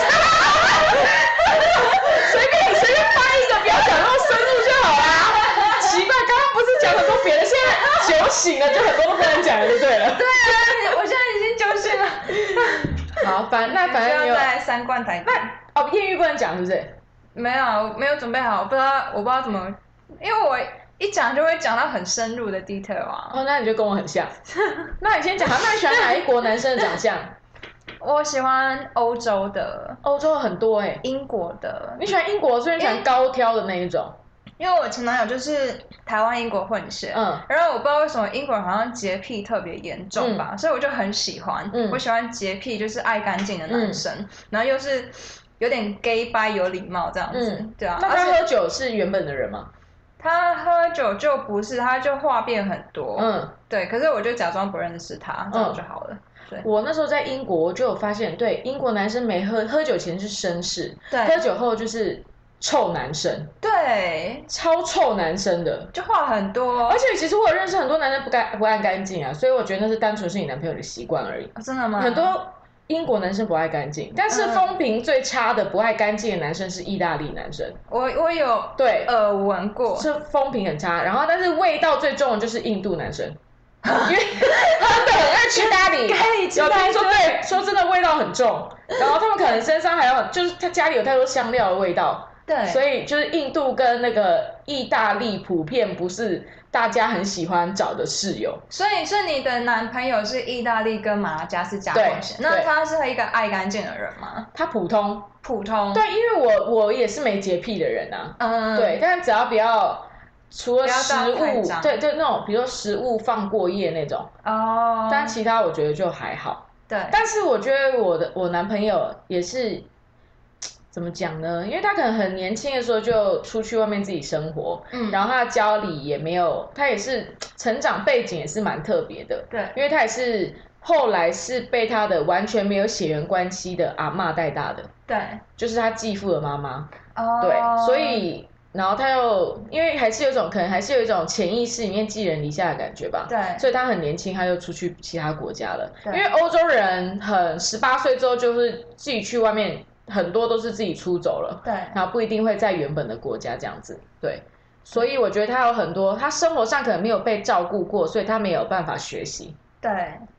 S2: 随便你随便翻一个，不要讲那么深入就好啦。奇怪，刚刚不是讲很多别的，现在酒醒了就很多都不能讲了，就对了。
S1: 对啊，我现在已经酒醒了。
S2: 好，反那反正
S1: 有在三罐台。
S2: 那哦，艳遇不能讲是不是？
S1: 没有，没有准备好，我不知道，我不知道怎么，因为我一讲就会讲到很深入的 detail 啊。
S2: 哦，那你就跟我很像。那你先讲，那你喜欢哪一国男生的长相？
S1: 我喜欢欧洲的，
S2: 欧洲很多哎、欸，
S1: 英国的。
S2: 你喜欢英国，所以你喜欢高挑的那一种。
S1: 因为我前男友就是台湾英国混血，嗯，然后我不知道为什么英国人好像洁癖特别严重吧，嗯、所以我就很喜欢，嗯、我喜欢洁癖就是爱干净的男生，嗯、然后又是有点 gay 掰有礼貌这样子，嗯、对啊。
S2: 那他喝酒是原本的人吗？
S1: 他喝酒就不是，他就话变很多，嗯，对，可是我就假装不认识他，这样就好了。嗯对
S2: 我那时候在英国，我就有发现，对英国男生没喝喝酒前是绅士，对，喝酒后就是臭男生，
S1: 对，
S2: 超臭男生的，
S1: 就话很多。
S2: 而且其实我有认识很多男生不干不爱干净啊，所以我觉得那是单纯是你男朋友的习惯而已。
S1: 哦、真的吗？
S2: 很多英国男生不爱干净，但是风评最差的不爱干净的男生是意大利男生。
S1: 我我有
S2: 对
S1: 耳闻过，
S2: 是风评很差，然后但是味道最重的就是印度男生。因为他们很爱吃咖喱，有听说对，说真的味道很重，然后他们可能身上还有，就是他家里有太多香料的味道，对，所以就是印度跟那个意大利普遍不是大家很喜欢找的室友。
S1: 所以是你的男朋友是意大利跟马达加斯加混血，那他是一个爱干净的人吗？
S2: 他普通，
S1: 普通，
S2: 对，因为我我也是没洁癖的人啊，嗯，对，但只要不要。除了食物，对对，那种比如说食物放过夜那种，哦，但其他我觉得就还好。
S1: 对，
S2: 但是我觉得我的我男朋友也是怎么讲呢？因为他可能很年轻的时候就出去外面自己生活，嗯，然后他的家里也没有，他也是成长背景也是蛮特别的，
S1: 对，
S2: 因为他也是后来是被他的完全没有血缘关系的阿嬷带大的，
S1: 对，
S2: 就是他继父的妈妈，哦，对，所以。然后他又因为还是有一种可能还是有一种潜意识里面寄人篱下的感觉吧，
S1: 对，
S2: 所以他很年轻他就出去其他国家了。因为欧洲人很十八岁之后就是自己去外面，很多都是自己出走了，
S1: 对，
S2: 然后不一定会在原本的国家这样子，对，所以我觉得他有很多他生活上可能没有被照顾过，所以他没有办法学习，
S1: 对
S2: 对。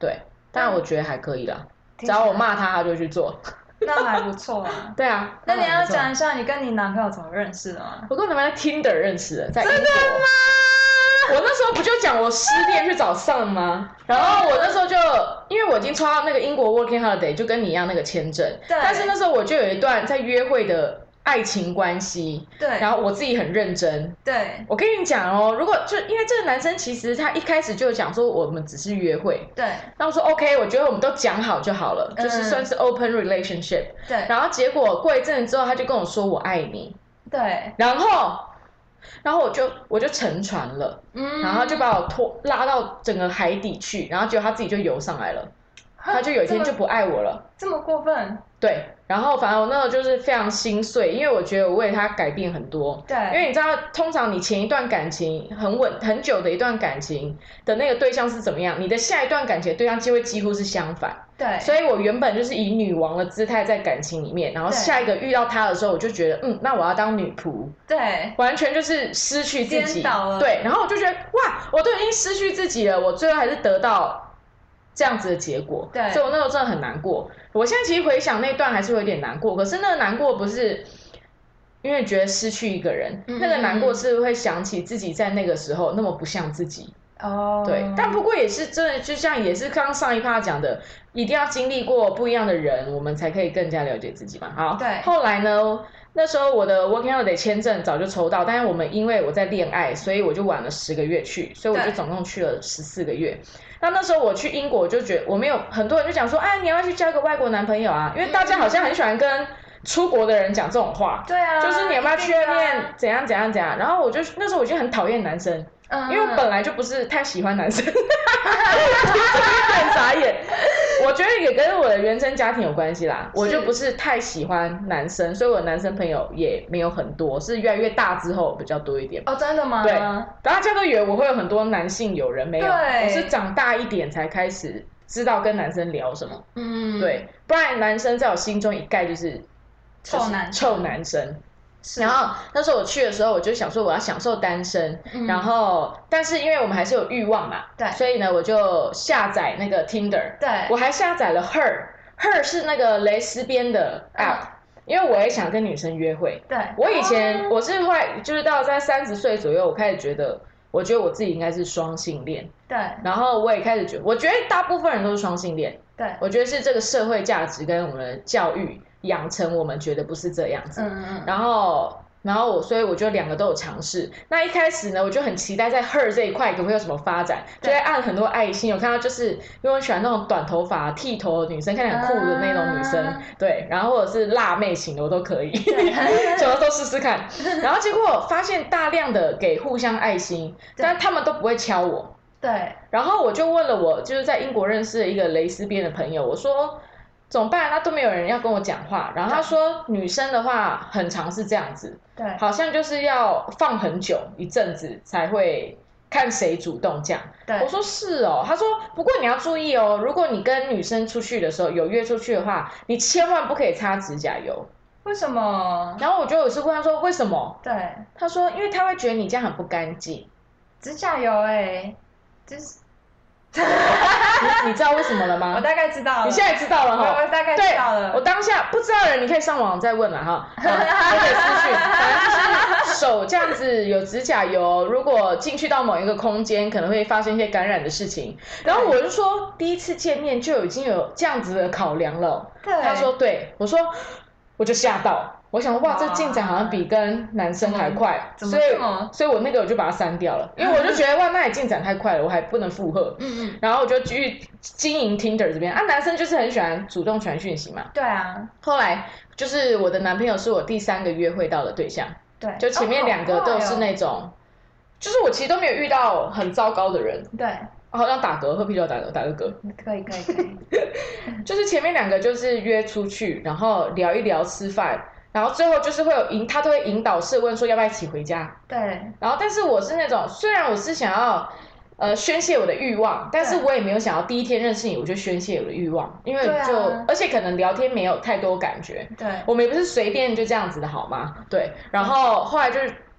S2: 但我觉得还可以啦，只要我骂他，他就去做。
S1: 那还不错啊。
S2: 对啊，
S1: 那你要讲一下你跟你男朋友怎么认识的吗？
S2: 我跟我男朋友在 Tinder 认识的，在英国。
S1: 真的吗？
S2: 我那时候不就讲我失恋去找上吗？然后我那时候就因为我已经抽到那个英国 Working Holiday， 就跟你一样那个签证。
S1: 对。
S2: 但是那时候我就有一段在约会的爱情关系。
S1: 对。
S2: 然后我自己很认真。
S1: 对。
S2: 我跟你讲哦，如果就因为这个男生其实他一开始就讲说我们只是约会。
S1: 对。
S2: 那我说 OK， 我觉得我们都讲好就好了，嗯、就是算是 open relationship。
S1: 对。
S2: 然后结果过一阵子之后，他就跟我说我爱你。
S1: 对。
S2: 然后。然后我就我就沉船了，嗯，然后就把我拖拉到整个海底去，然后结果他自己就游上来了，他就有一天就不爱我了，
S1: 这么过分？
S2: 对，然后反正我那时候就是非常心碎，因为我觉得我为他改变很多，
S1: 对，
S2: 因为你知道，通常你前一段感情很稳很久的一段感情的那个对象是怎么样，你的下一段感情的对象就会几乎是相反，
S1: 对，
S2: 所以我原本就是以女王的姿态在感情里面，然后下一个遇到他的时候，我就觉得，嗯，那我要当女仆，
S1: 对，
S2: 完全就是失去自己，
S1: 颠倒了，
S2: 对，然后我就觉得，哇，我都已经失去自己了，我最后还是得到这样子的结果，
S1: 对，
S2: 所以我那时候真的很难过。我现在其实回想那段还是会有点难过，可是那个难过不是因为觉得失去一个人，嗯、那个难过是会想起自己在那个时候那么不像自己。哦，对，但不过也是真的，就像也是刚刚上一趴讲的，一定要经历过不一样的人，我们才可以更加了解自己嘛。好，
S1: 对。
S2: 后来呢，那时候我的 Working Holiday 签证早就抽到，但是我们因为我在恋爱，所以我就晚了十个月去，所以我就总共去了十四个月。那那时候我去英国，我就觉得我没有很多人就讲说，哎，你要不要去交个外国男朋友啊？因为大家好像很喜欢跟出国的人讲这种话，
S1: 对啊，
S2: 就是你要不要去外面怎样怎样怎样。然后我就那时候我就很讨厌男生。因为我本来就不是太喜欢男生，很傻眼。我觉得也跟我的原生家庭有关系啦，我就不是太喜欢男生，所以我的男生朋友也没有很多，是越来越大之后比较多一点。
S1: 哦，真的吗？
S2: 对，大家都以为我会有很多男性友人，没有，我是长大一点才开始知道跟男生聊什么。嗯，对，不然男生在我心中一概就是
S1: 臭男
S2: 臭男生。然后那时候我去的时候，我就想说我要享受单身，嗯、然后但是因为我们还是有欲望嘛，
S1: 对，
S2: 所以呢我就下载那个 Tinder，
S1: 对，
S2: 我还下载了 Her，Her 是那个蕾丝边的 app，、嗯、因为我也想跟女生约会，
S1: 对，
S2: 我以前、哦、我是会就是到在三十岁左右，我开始觉得，我觉得我自己应该是双性恋，
S1: 对，
S2: 然后我也开始觉得，我觉得大部分人都是双性恋，
S1: 对，
S2: 我觉得是这个社会价值跟我们的教育。养成我们觉得不是这样子，嗯嗯，然后，然后我，所以我就两个都有尝试。那一开始呢，我就很期待在 Her 这一块可不可以有什么发展，就会按很多爱心。有看到就是因为我喜欢那种短头发、剃头的女生，看起来很酷的那种女生，啊、对，然后或者是辣妹型的我都可以，什么都试试看。然后结果发现大量的给互相爱心，但他们都不会敲我。
S1: 对，
S2: 然后我就问了我就是在英国认识的一个蕾丝边的朋友，我说。怎么办？他都没有人要跟我讲话。然后他说，女生的话很常是这样子，
S1: 对，
S2: 好像就是要放很久一阵子才会看谁主动这样。
S1: 对，
S2: 我说是哦。他说，不过你要注意哦，如果你跟女生出去的时候有约出去的话，你千万不可以擦指甲油。
S1: 为什么？
S2: 然后我就有次问他说为什么？
S1: 对，
S2: 他说因为他会觉得你这样很不干净。
S1: 指甲油哎、欸，就是。
S2: 你, 你知道为什么了吗？
S1: 我大概知道了。
S2: 你现在知道了哈？
S1: 我大概知道了。
S2: 我当下不知道的人，你可以上网再问了哈，我可以私讯。反正就是手这样子有指甲油，如果进去到某一个空间，可能会发生一些感染的事情。然后我就说，第一次见面就已经有这样子的考量了。
S1: 对。
S2: 他说对，我说我就吓到。我想哇，这进展好像比跟男生还快，
S1: 所
S2: 以所以我那个我就把它删掉了，因为我就觉得哇，那也进展太快了，我还不能负荷。嗯嗯。然后我就继续经营 Tinder 这边啊，男生就是很喜欢主动传讯息嘛。
S1: 对啊。
S2: 后来就是我的男朋友是我第三个约会到的对象，
S1: 对，
S2: 就前面两个都是那种，哦哦、就是我其实都没有遇到很糟糕的人。
S1: 对。
S2: 好像打嗝，喝啤酒打嗝，打个嗝。
S1: 可以可以可以。
S2: 就是前面两个就是约出去，然后聊一聊，吃饭。然后最后就是会有引，他都会引导式问说要不要一起回家。
S1: 对。
S2: 然后，但是我是那种，虽然我是想要呃宣泄我的欲望，但是我也没有想要第一天认识你我就宣泄我的欲望，因为就、啊、而且可能聊天没有太多感觉。
S1: 对。
S2: 我们也不是随便就这样子的好吗？对。然后后来就是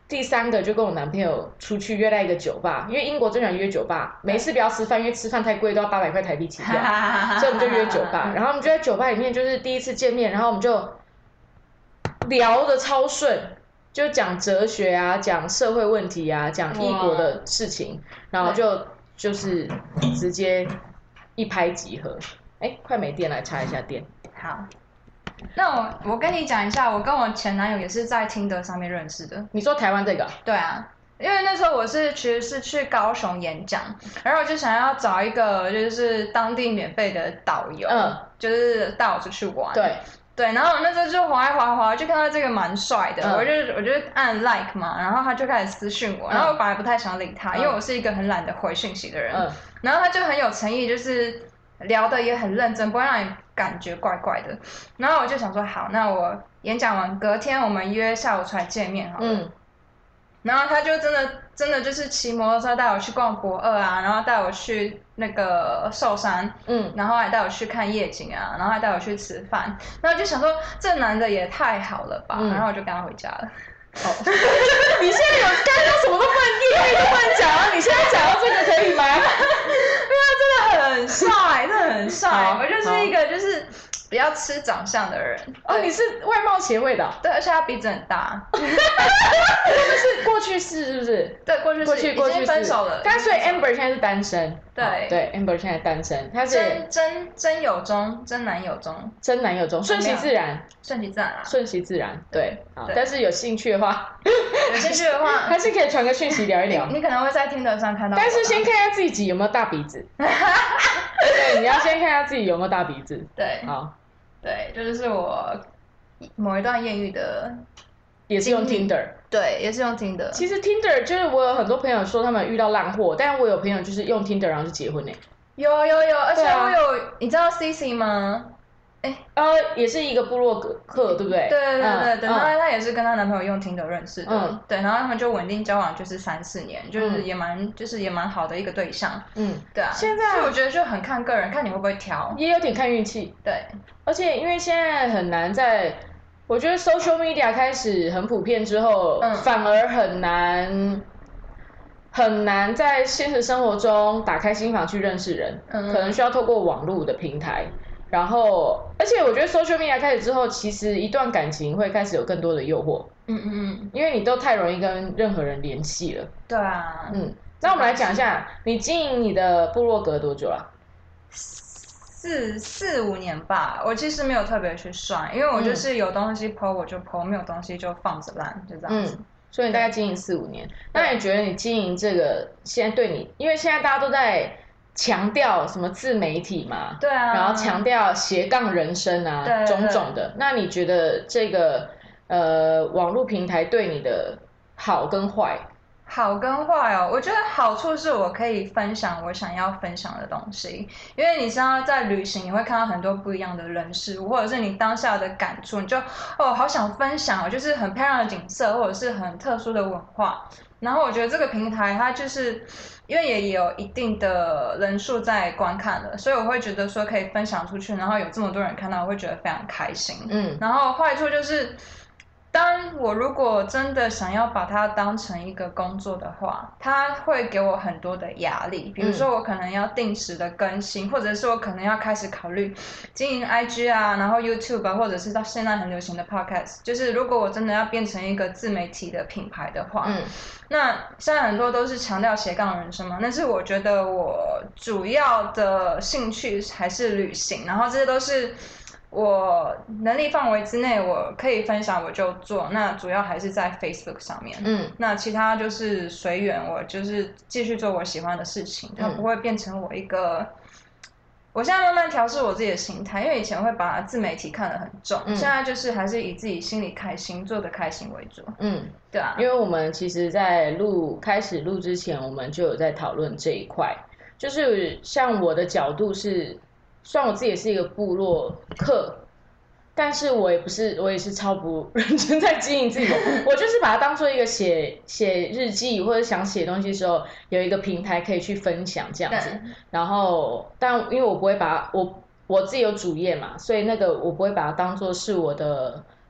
S2: 第三个就跟我男朋友出去约在一个酒吧，因为英国最喜欢约酒吧，每一次不要吃饭，因为吃饭太贵都要八百块台币起跳，所以我们就约酒吧，然后我们就在酒吧里面就是第一次见面，然后我们就聊得超顺，就讲哲学啊，讲社会问题啊，讲异国的事情，然后就就是直接一拍即合。哎，快没电，来插一下电。
S1: 好。那我我跟你讲一下，我跟我前男友也是在Tinder上面认识的。
S2: 你说台湾这个？
S1: 对啊，因为那时候我是其实是去高雄演讲，然后我就想要找一个就是当地免费的导游，嗯，就是带我出去玩。
S2: 对
S1: 对，然后我那时候就滑一滑滑，就看到这个蛮帅的，嗯、我就我就按 like 嘛，然后他就开始私讯我，然后我本来不太想理他，嗯、因为我是一个很懒得回讯息的人，嗯、然后他就很有诚意，就是聊得也很认真，不会让你感觉怪怪的。然后我就想说，好，那我演讲完隔天我们约下午出来见面好了。嗯。然后他就真的真的就是骑摩托车带我去逛博二啊，然后带我去那个寿山，嗯，然后还带我去看夜景啊，然后还带我去吃饭。然后就想说，这男的也太好了吧，嗯、然后我就跟他回家了。
S2: 哦，你现在有刚刚什么都不能业配都不能讲啊！你现在讲到这个可以吗？
S1: 因为他真的很帅，真的很帅。我就是一个就是比较吃长相的人。
S2: 哦，你是外貌协会的、哦？
S1: 对，而且他鼻子很大。
S2: 是过去式是不是？
S1: 对，过去式，
S2: 过去过去式，
S1: 已经分手了。
S2: 但所以 Amber 现在是单身。
S1: 对
S2: 对 ，Amber 现在单身，他是
S1: 真真真有中，真男有中，
S2: 真男有中，顺其自然，
S1: 顺其自然啊，
S2: 顺其自然。对，好，但是有兴趣的话，
S1: 有兴趣的话，
S2: 还是可以传个讯息聊一聊。
S1: 你, 你可能会在Tinder上看到，
S2: 但是先看一下自己有没有大鼻子。对，你要先看一下自己有没有大鼻子。
S1: 对，
S2: 好，
S1: 对，这就是我某一段艳遇的。
S2: 也是用 Tinder，
S1: 对，也是用 Tinder。
S2: 其实 Tinder 就是我有很多朋友说他们遇到烂货，但我有朋友就是用 Tinder 然后就结婚呢。
S1: 有有有，而且我有，啊、你知道 C C 吗？
S2: 哎，呃，也是一个部落客，对不对？
S1: 对对对对对，然后她也是跟她男朋友用 Tinder 认识的，嗯，对，然后他们就稳定交往就是三四年，就是也蛮、嗯、就是也蛮好的一个对象，嗯，对啊。
S2: 现在
S1: 所以我觉得就很看个人，看你会不会挑，
S2: 也有点看运气，
S1: 对。
S2: 而且因为现在很难在。我觉得 social media 开始很普遍之后，嗯、反而很难很难在现实生活中打开心房去认识人，嗯、可能需要透过网络的平台。然后，而且我觉得 social media 开始之后，其实一段感情会开始有更多的诱惑。嗯嗯嗯，因为你都太容易跟任何人联系了。
S1: 对啊。
S2: 嗯，那我们来讲一下，你经营你的部落格多久了？
S1: 四四五年吧，我其实没有特别去算，因为我就是有东西 po 我就 po， 没有东西就放着烂，就这样子。嗯，
S2: 所以你大概经营四五年，那你觉得你经营这个现在对你，因为现在大家都在强调什么自媒体嘛，
S1: 对啊，
S2: 然后强调斜杠人生啊，对对对种种的，那你觉得这个呃网络平台对你的好跟坏？
S1: 好跟坏哦，我觉得好处是我可以分享我想要分享的东西，因为你知道在旅行你会看到很多不一样的人事物，或者是你当下的感触，你就哦好想分享哦，就是很漂亮的景色，或者是很特殊的文化。然后我觉得这个平台它就是因为也有一定的人数在观看了，所以我会觉得说可以分享出去，然后有这么多人看到，我会觉得非常开心。嗯，然后坏处就是。当我如果真的想要把它当成一个工作的话，它会给我很多的压力。比如说，我可能要定时的更新，嗯、或者是我可能要开始考虑经营 I G 啊，然后 YouTube 啊，或者是到现在很流行的 Podcast。就是如果我真的要变成一个自媒体的品牌的话，嗯、那现在很多都是强调斜杠人生嘛。但是我觉得我主要的兴趣还是旅行，然后这些都是。我能力范围之内，我可以分享我就做。那主要还是在 Facebook 上面，嗯，那其他就是随缘，我就是继续做我喜欢的事情，它不会变成我一个。嗯、我现在慢慢调试我自己的心态，因为以前会把自媒体看得很重，嗯、现在就是还是以自己心里开心、做的开心为主。嗯，对啊，
S2: 因为我们其实，在录开始录之前，我们就有在讨论这一块，就是像我的角度是。虽然我自己也是一个部落客，但是我也不是，我也是超不认真在经营自己的。我就是把它当做一个写写日记或者想写东西的时候，有一个平台可以去分享这样子。然后，但因为我不会把我我自己有主页嘛，所以那个我不会把它当做是我的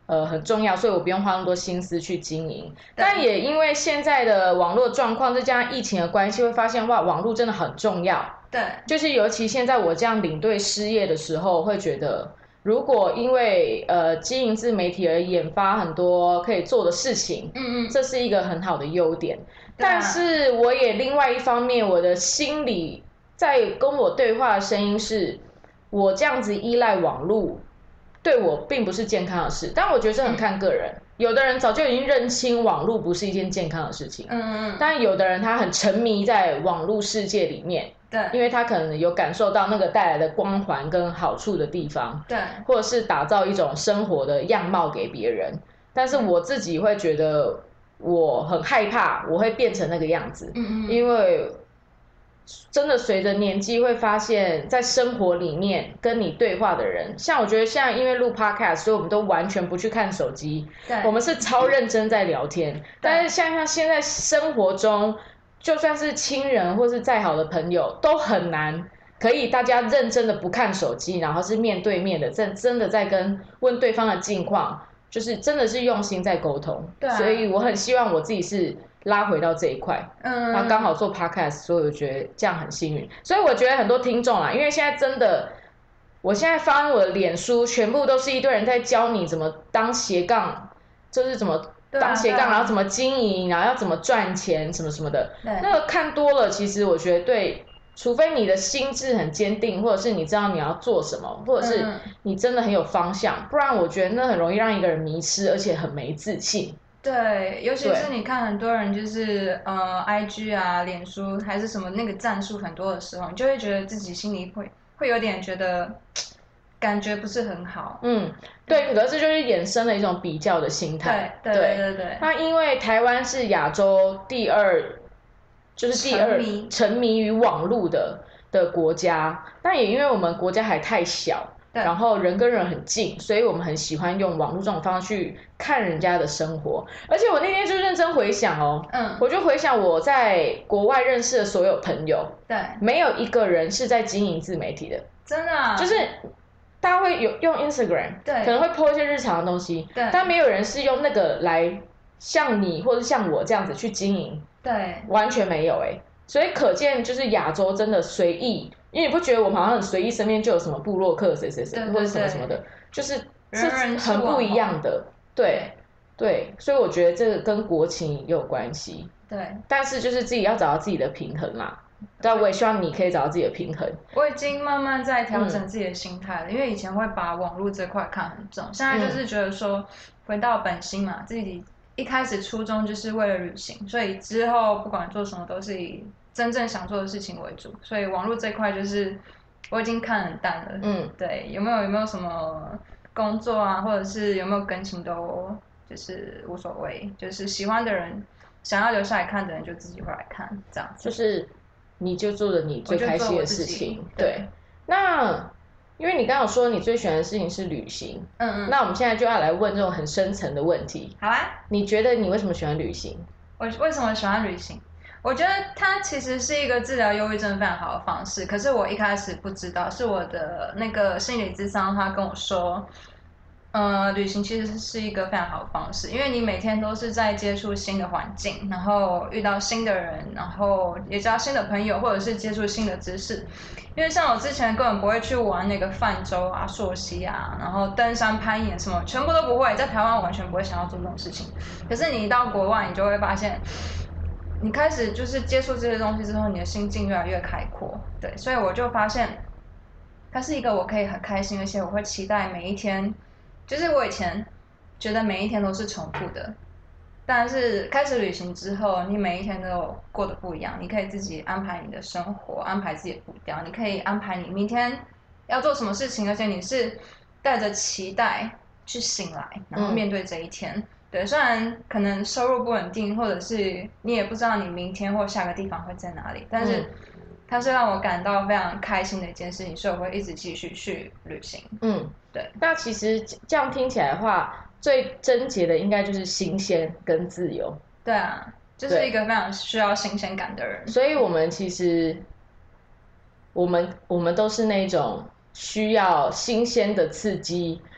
S2: 呃很重要，所以我不用花那么多心思去经营。但也因为现在的网络状况，再加上疫情的关系，会发现哇，网络真的很重要。
S1: 对，
S2: 就是尤其现在我这样领队失业的时候，会觉得如果因为呃经营自媒体而研发很多可以做的事情，
S1: 嗯嗯，
S2: 这是一个很好的优点。但是我也另外一方面，我的心里在跟我对话的声音是，我这样子依赖网络，对我并不是健康的事。但我觉得这很看个人，嗯、有的人早就已经认清网络不是一件健康的事情，
S1: 嗯嗯，
S2: 但有的人他很沉迷在网络世界里面。
S1: 对，
S2: 因为他可能有感受到那个带来的光环跟好处的地方，
S1: 对，
S2: 或者是打造一种生活的样貌给别人。但是我自己会觉得我很害怕，我会变成那个样子，
S1: 嗯嗯，
S2: 因为真的随着年纪会发现，在生活里面跟你对话的人，像我觉得现在因为录 podcast，所以我们都完全不去看手机，我们是超认真在聊天。但是像像现在生活中，就算是亲人或是再好的朋友，都很难可以大家认真的不看手机，然后是面对面的，真真的在跟问对方的近况，就是真的是用心在沟通。
S1: 对、啊，
S2: 所以我很希望我自己是拉回到这一块，嗯，然后刚好做 podcast， 所以我觉得这样很幸运。所以我觉得很多听众啊，因为现在真的，我现在发我的脸书，全部都是一堆人在教你怎么当斜杠，就是怎么当斜杠，
S1: 啊啊、
S2: 然后怎么经营，然后要怎么赚钱，什么什么的。那个看多了，其实我觉得对，除非你的心智很坚定，或者是你知道你要做什么，或者是你真的很有方向，嗯、不然我觉得那很容易让一个人迷失，而且很没自信。
S1: 对，尤其是你看很多人就是呃，I G 啊、脸书还是什么那个战术很多的时候，你就会觉得自己心里会会有点觉得感觉不是很好。
S2: 嗯，对，可是就是衍生了一种比较的心态。
S1: 对对对对对。
S2: 那因为台湾是亚洲第二，就是第二沉迷于网络的的国家，但也因为我们国家还太小。然后人跟人很近，所以我们很喜欢用网络这种方式去看人家的生活。而且我那天就认真回想哦，嗯，我就回想我在国外认识的所有朋友，
S1: 对，
S2: 没有一个人是在经营自媒体的，
S1: 真的、啊，
S2: 就是大家会有用 Instagram，
S1: 对，
S2: 可能会 po 一些日常的东西，
S1: 对，
S2: 但没有人是用那个来像你或者像我这样子去经营，
S1: 对，
S2: 完全没有哎、欸，所以可见就是亚洲真的随意。因为你不觉得我们好像很随意，身边就有什么部落客谁谁谁，或者什么什么的，就是是很不一样的，对对，所以我觉得这个跟国情也有关系，
S1: 对，
S2: 但是就是自己要找到自己的平衡嘛，但我也希望你可以找到自己的平衡。
S1: 我已经慢慢在调整自己的心态了，嗯、因为以前会把网络这块看很重，现在就是觉得说回到本心嘛，自己一开始初衷就是为了旅行，所以之后不管做什么都是以真正想做的事情为主，所以网络这块就是我已经看很淡了。嗯，对，有没有有没有什么工作啊，或者是有没有更新都就是无所谓，就是喜欢的人想要留下来看的人就自己会来看，这样子。
S2: 就是你就做了你最开心的事情，对。对，那因为你刚刚说你最喜欢的事情是旅行，嗯嗯，那我们现在就要来问这种很深层的问题。
S1: 好啊，
S2: 你觉得你为什么喜欢旅行？
S1: 我为什么喜欢旅行？我觉得它其实是一个治疗忧郁症非常好的方式，可是我一开始不知道，是我的那个心理咨商他跟我说，呃，旅行其实是一个非常好的方式，因为你每天都是在接触新的环境，然后遇到新的人，然后也交新的朋友，或者是接触新的知识。因为像我之前根本不会去玩那个泛舟啊、溯溪啊，然后登山、攀岩什么，全部都不会，在台湾完全不会想要做这种事情。可是你一到国外，你就会发现。你开始就是接触这些东西之后，你的心境越来越开阔，对，所以我就发现，它是一个我可以很开心，而且我会期待每一天，就是我以前觉得每一天都是重复的，但是开始旅行之后，你每一天都过得不一样，你可以自己安排你的生活，安排自己的步调，你可以安排你明天要做什么事情，而且你是带着期待去醒来，然后面对这一天。嗯对，虽然可能收入不稳定，或者是你也不知道你明天或下个地方会在哪里，但是它是让我感到非常开心的一件事情，所以我会一直继续去旅行。嗯，对。
S2: 那其实这样听起来的话，最症结的应该就是新鲜跟自由。
S1: 对啊，就是一个非常需要新鲜感的人。
S2: 所以我们其实，我们我们都是那种需要新鲜的刺激。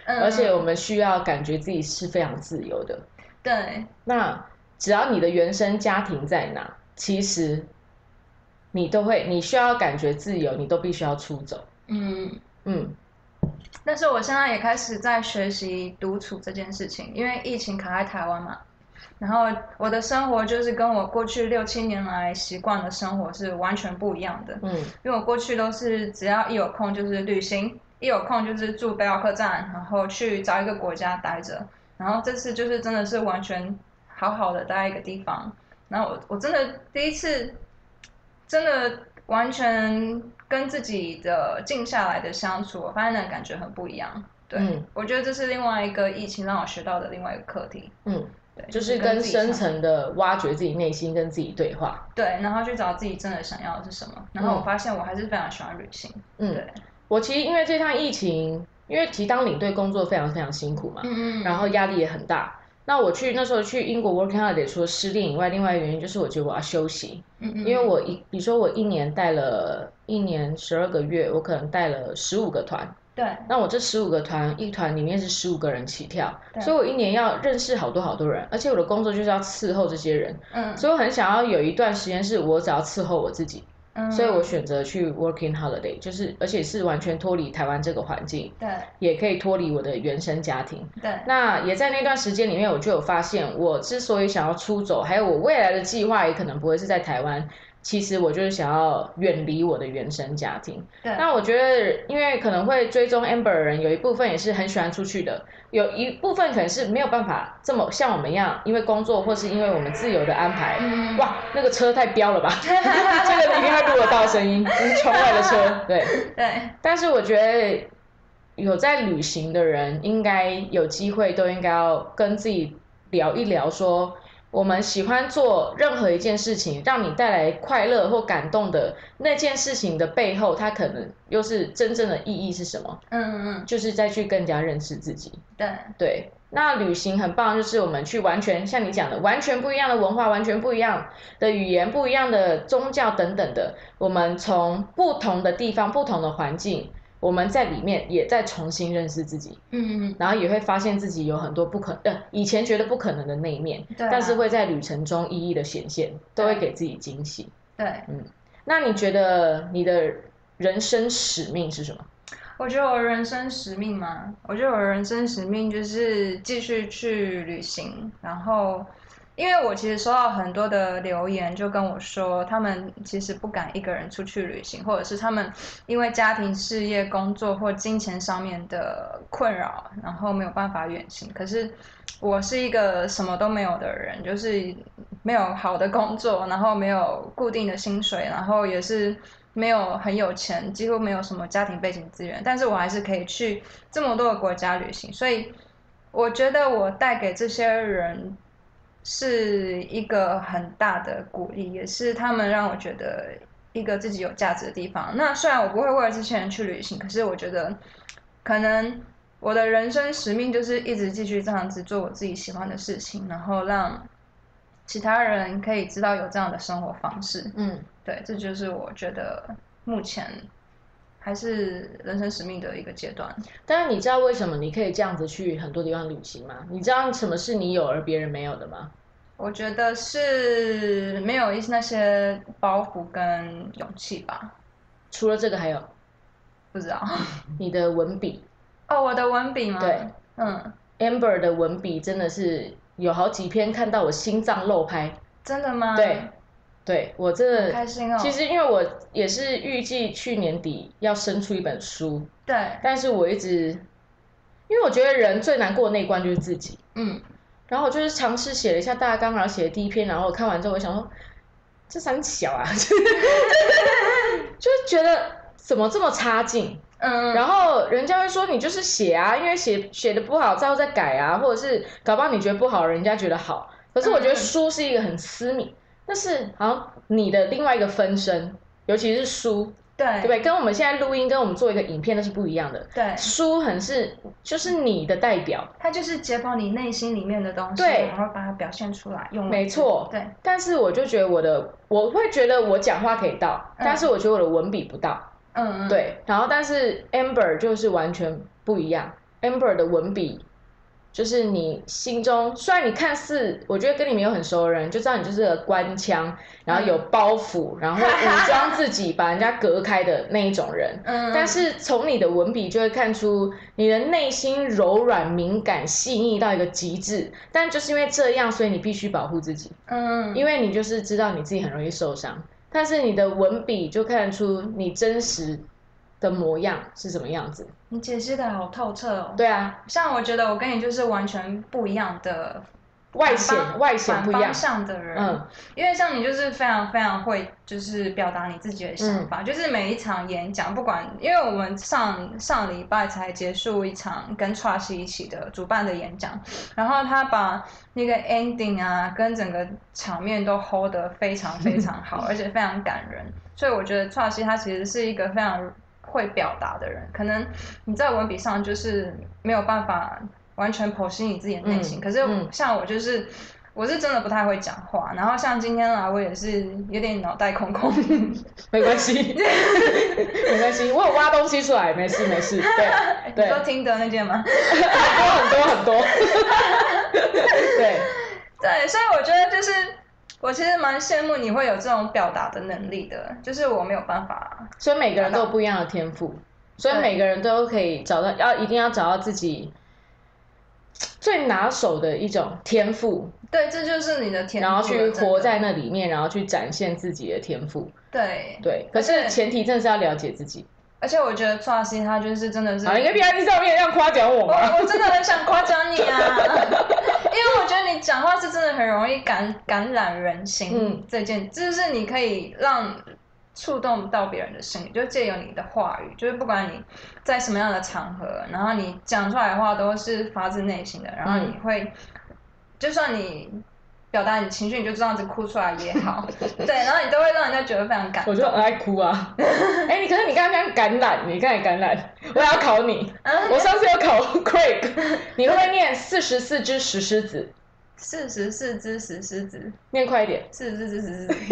S1: 嗯，
S2: 而且我们需要感觉自己是非常自由的。
S1: 对，
S2: 那只要你的原生家庭在哪，其实你都会，你需要感觉自由，你都必须要出走。
S1: 嗯
S2: 嗯。
S1: 但是我现在也开始在学习独处这件事情，因为疫情卡在台湾嘛。然后我的生活就是跟我过去六七年来习惯的生活是完全不一样的。
S2: 嗯，
S1: 因为我过去都是只要一有空就是旅行，一有空就是住背包客栈，然后去找一个国家待着。然后这次就是真的是完全好好的待在一个地方。然后我我真的第一次真的完全跟自己的静下来的相处，我发现那个感觉很不一样。对，嗯、我觉得这是另外一个疫情让我学到的另外一个课题。
S2: 嗯。对，就是跟深层的挖掘自己内心，跟自己对话。
S1: 对，然后去找自己真的想要的是什么。然后我发现我还是非常喜欢旅行。嗯，对。
S2: 我其实因为这趟疫情，因为其实当领队工作非常非常辛苦嘛，嗯嗯，然后压力也很大。那我去那时候去英国 working holiday， 除了失恋以外，另外一个原因就是我觉得我要休息。嗯嗯。因为我一，比如说我一年带了一年十二个月，我可能带了十五个团。
S1: 对，
S2: 那我这十五个团，一团里面是十五个人起跳，所以我一年要认识好多好多人，而且我的工作就是要伺候这些人，嗯，所以我很想要有一段时间是我只要伺候我自己，嗯，所以我选择去 working holiday， 就是而且是完全脱离台湾这个环境，
S1: 对，
S2: 也可以脱离我的原生家庭，
S1: 对，
S2: 那也在那段时间里面，我就有发现，我之所以想要出走，还有我未来的计划也可能不会是在台湾。其实我就是想要远离我的原生家庭。
S1: 对。
S2: 那我觉得，因为可能会追踪 Amber 的人，有一部分也是很喜欢出去的，有一部分可能是没有办法这么像我们一样，因为工作或是因为我们自由的安排。嗯、哇，那个车太飙了吧！这个一定会录得到声音，就是窗外的车。对。
S1: 对。
S2: 但是我觉得有在旅行的人，应该有机会都应该要跟自己聊一聊说。我们喜欢做任何一件事情，让你带来快乐或感动的那件事情的背后，它可能又是真正的意义是什么？嗯嗯嗯，就是再去更加认识自己。
S1: 对
S2: 对，那旅行很棒，就是我们去完全像你讲的，完全不一样的文化，完全不一样的语言，不一样的宗教等等的，我们从不同的地方、不同的环境。我们在里面也在重新认识自己，嗯嗯，然后也会发现自己有很多不可呃以前觉得不可能的那一面，
S1: 对、啊，
S2: 但是会在旅程中一一的显现，都会给自己惊喜。
S1: 对，
S2: 嗯，那你觉得你的人生使命是什么？
S1: 我觉得我人生使命嘛，我觉得我人生使命就是继续去旅行，然后。因为我其实收到很多的留言，就跟我说，他们其实不敢一个人出去旅行，或者是他们因为家庭、事业、工作或金钱上面的困扰，然后没有办法远行。可是我是一个什么都没有的人，就是没有好的工作，然后没有固定的薪水，然后也是没有很有钱，几乎没有什么家庭背景资源，但是我还是可以去这么多的国家旅行。所以我觉得我带给这些人。是一个很大的鼓励，也是他们让我觉得一个自己有价值的地方。那虽然我不会为了这些人去旅行，可是我觉得可能我的人生使命就是一直继续这样子做我自己喜欢的事情，然后让其他人可以知道有这样的生活方式。嗯，对，这就是我觉得目前还是人生使命的一个阶段。
S2: 但是你知道为什么你可以这样子去很多地方旅行吗？你知道什么是你有而别人没有的吗？
S1: 我觉得是没有那些包袱跟勇气吧。
S2: 除了这个还有？
S1: 不知道。
S2: 你的文笔。
S1: 哦，我的文笔吗？
S2: 对，嗯 ，Amber 的文笔真的是有好几篇看到我心脏漏拍。
S1: 真的吗？
S2: 对。对，我真的
S1: 开心哦。
S2: 其实因为我也是预计去年底要生出一本书，
S1: 对，
S2: 但是我一直，因为我觉得人最难过的那一关就是自己，嗯，然后我就是尝试写了一下大纲，然后写了第一篇，然后我看完之后，我想说，这三小啊，就觉得怎么这么差劲，嗯，然后人家会说你就是写啊，因为写写的不好，之后再改啊，或者是搞不好你觉得不好，人家觉得好，可是我觉得书是一个很私密。但是好像你的另外一个分身，尤其是书，
S1: 对
S2: 对不对？跟我们现在录音，跟我们做一个影片，那是不一样的。
S1: 对，
S2: 书很是就是你的代表，
S1: 它就是解剖你内心里面的东西，
S2: 对，
S1: 然后把它表现出来，用
S2: 没错，
S1: 对。
S2: 但是我就觉得我的，我会觉得我讲话可以到，嗯、但是我觉得我的文笔不到，嗯嗯，对。然后但是 Amber 就是完全不一样。 Amber 的文笔。就是你心中，虽然你看似，我觉得跟你没有很熟的人，就知道你就是个官腔，然后有包袱，然后武装自己，把人家隔开的那一种人。嗯，但是从你的文笔就会看出你的内心柔软、敏感、细腻到一个极致。但就是因为这样，所以你必须保护自己。嗯，因为你就是知道你自己很容易受伤，但是你的文笔就看得出你真实的模样是什么样子。
S1: 你解析的好透彻哦。
S2: 对啊，
S1: 像我觉得我跟你就是完全不一样的
S2: 外显，外显不一样
S1: 方向的人。嗯，因为像你就是非常非常会就是表达你自己的想法，嗯、就是每一场演讲，不管因为我们上上礼拜才结束一场跟 Tracy 一起的主办的演讲，然后他把那个 ending 啊跟整个场面都 hold 得非常非常好，而且非常感人，所以我觉得 Tracy 他其实是一个非常会表达的人，可能你在文笔上就是没有办法完全剖析你自己的内心，嗯、可是像我就是、嗯、我是真的不太会讲话，然后像今天来我也是有点脑袋空空，
S2: 没关系，没关系，我有挖东西出来，没事没事，对对。
S1: 你说听的那件吗？
S2: 很多很多很多，对
S1: 对，所以我觉得就是。我其实蛮羡慕你会有这种表达的能力的，就是我没有办法。
S2: 所以每个人都有不一样的天赋，所以每个人都可以找到，要一定要找到自己最拿手的一种天赋。
S1: 对，这就是你的天赋。
S2: 然后去活在那里面，然后去展现自己的天赋。
S1: 对
S2: 对，可是前提真的是要了解自己。
S1: 而且我觉得 Tracy 他就是真的是，
S2: 好，你可以在上面这样夸奖我吗？
S1: 我我真的很想夸奖你啊，因为我觉得你讲话是真的很容易感感染人心。嗯，这件就是你可以让触动到别人的心里，就借由你的话语，就是不管你在什么样的场合，然后你讲出来的话都是发自内心的，然后你会，嗯、就算你。表达你情绪，你就这样子哭出来也好，对，然后你都会让人家觉得非常感动。
S2: 我就很爱哭啊！哎、欸，你可是你刚刚感染，你刚才感染，我要考你。我上次有考 Craig， 你会不会念四十四只石狮子？
S1: 四十四只石狮子，
S2: 念快一点。
S1: 四十四只石狮子。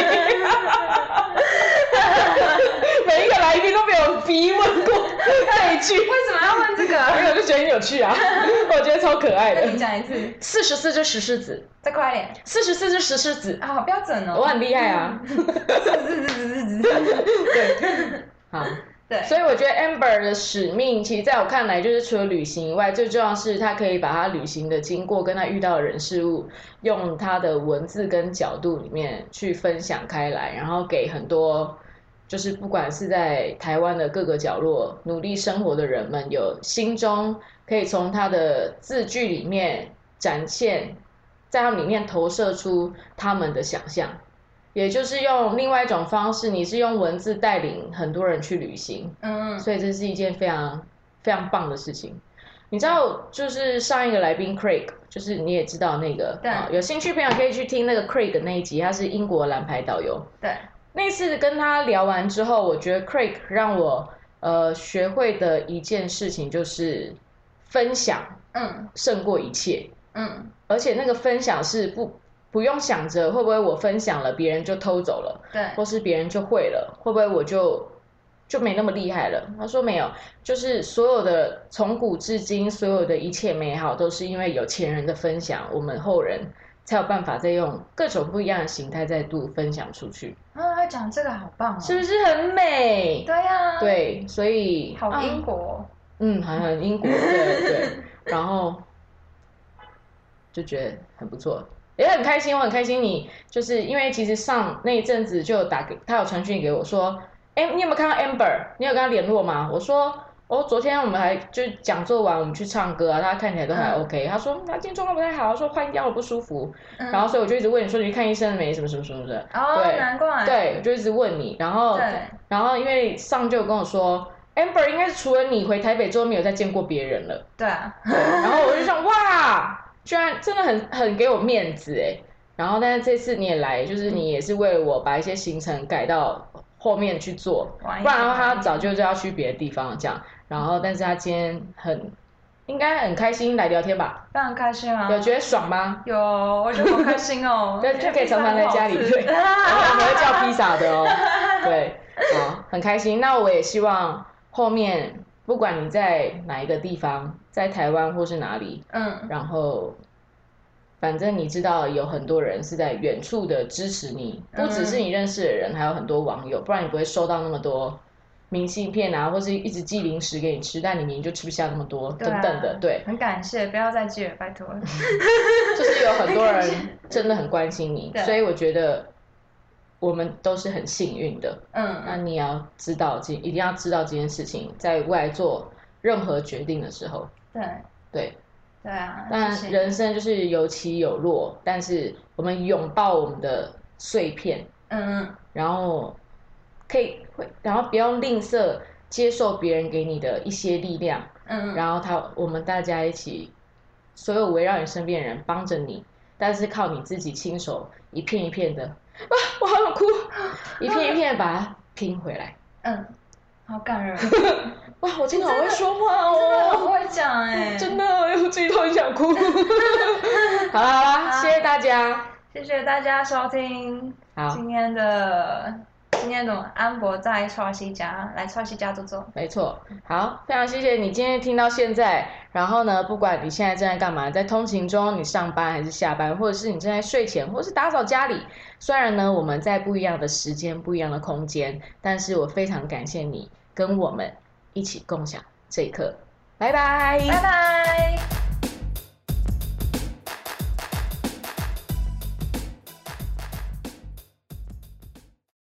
S2: 每一个来宾都被我逼问过这一句，
S1: 为什么要问这个？
S2: 因为我就觉得很有趣啊，我觉得超可爱的。
S1: 那你讲一次。四
S2: 十四只石狮子，
S1: 再快一点。
S2: 四十四只石狮子
S1: 啊，好标准哦。
S2: 我很厉害啊。四十四只石狮子。对，好。对，所以我觉得 Amber 的使命，其实在我看来，就是除了旅行以外，最重要的是他可以把他旅行的经过跟他遇到的人事物，用他的文字跟角度里面去分享开来，然后给很多就是不管是在台湾的各个角落努力生活的人们，有心中可以从他的字句里面展现，在他们里面投射出他们的想象。也就是用另外一种方式，你是用文字带领很多人去旅行，嗯，所以这是一件非常非常棒的事情。你知道，就是上一个来宾 Craig， 就是你也知道那个，对、啊，有兴趣朋友可以去听那个 Craig 的那一集，他是英国蓝牌导游。
S1: 对，
S2: 那次跟他聊完之后，我觉得 Craig 让我呃学会的一件事情就是分享，嗯，胜过一切，嗯，而且那个分享是不。不用想着会不会我分享了别人就偷走了，对，或是别人就会了，会不会我就就没那么厉害了？他说没有，就是所有的从古至今所有的一切美好都是因为有前人的分享，我们后人才有办法再用各种不一样的形态再度分享出去。
S1: 啊，他讲这个好棒哦，
S2: 是不是很美？
S1: 对呀、啊，
S2: 对，所以
S1: 好英国，
S2: 嗯，很很英国，对对，然后就觉得很不错。也很开心，我很开心你就是因为其实上那一阵子就打给他有传讯给我说，哎，你有没有看到 Amber？ 你有跟他联络吗？我说，哦，昨天我们还就讲座完，我们去唱歌啊，他看起来都还 OK、嗯。他说他今天状况不太好，说换腰了不舒服、嗯，然后所以我就一直问你说你去看医生了没？什么什么什么的。
S1: 哦，对，难怪。
S2: 对，我就一直问你，然后然后因为上就跟我说 ，Amber 应该是除了你回台北之后没有再见过别人了。
S1: 对啊。
S2: 对，然后我就想哇。居然真的很很给我面子哎，然后但是这次你也来，就是你也是为我把一些行程改到后面去做，不然他早就就要去别的地方这样。然后但是他今天很应该很开心来聊天吧？
S1: 非常开心啊！
S2: 有觉得爽吗？
S1: 有，我觉得好开心哦。
S2: 对，就可以常常在家里对，然后我们会叫披萨的哦。对，好，很开心。那我也希望后面不管你在哪一个地方，在台湾或是哪里，
S1: 嗯，
S2: 然后反正你知道有很多人是在远处的支持你，不只是你认识的人，还有很多网友，不然你不会收到那么多明信片啊，或是一直寄零食给你吃，但你明明就吃不下那么多，
S1: 对啊
S2: 等等的，对，
S1: 很感谢，不要再寄了，拜托。
S2: 就是有很多人真的很关心你，
S1: 对
S2: 所以我觉得我们都是很幸运的。
S1: 嗯，
S2: 那你也要知道这，一定要知道这件事情，在未来做任何决定的时候，
S1: 对
S2: 对。
S1: 对啊，
S2: 但
S1: 谢谢
S2: 人生就是有起有落，但是我们拥抱我们的碎片，
S1: 嗯嗯
S2: 然后可以会，然后不要吝啬接受别人给你的一些力量，
S1: 嗯嗯，
S2: 然后他我们大家一起，所有围绕你身边的人帮着你，但是靠你自己亲手一片一片的，啊，我好想哭，一片一片的把它拼回来。
S1: 嗯，好感人，
S2: 哇，我今天好会说话
S1: 真的
S2: 哦，
S1: 很会讲哎，
S2: 真的，我自己都很想哭。好啦好啦，谢谢大家，
S1: 谢谢大家收听
S2: 好，
S1: 今天的今天的安博在川西家，来川西家坐坐。
S2: 没错，好，非常谢谢你今天听到现在。然后呢，不管你现在正在干嘛，在通勤中，你上班还是下班，或者是你正在睡前，或是打扫家里。虽然呢，我们在不一样的时间、不一样的空间，但是我非常感谢你跟我们一起共享这一刻。拜拜，
S1: 拜拜。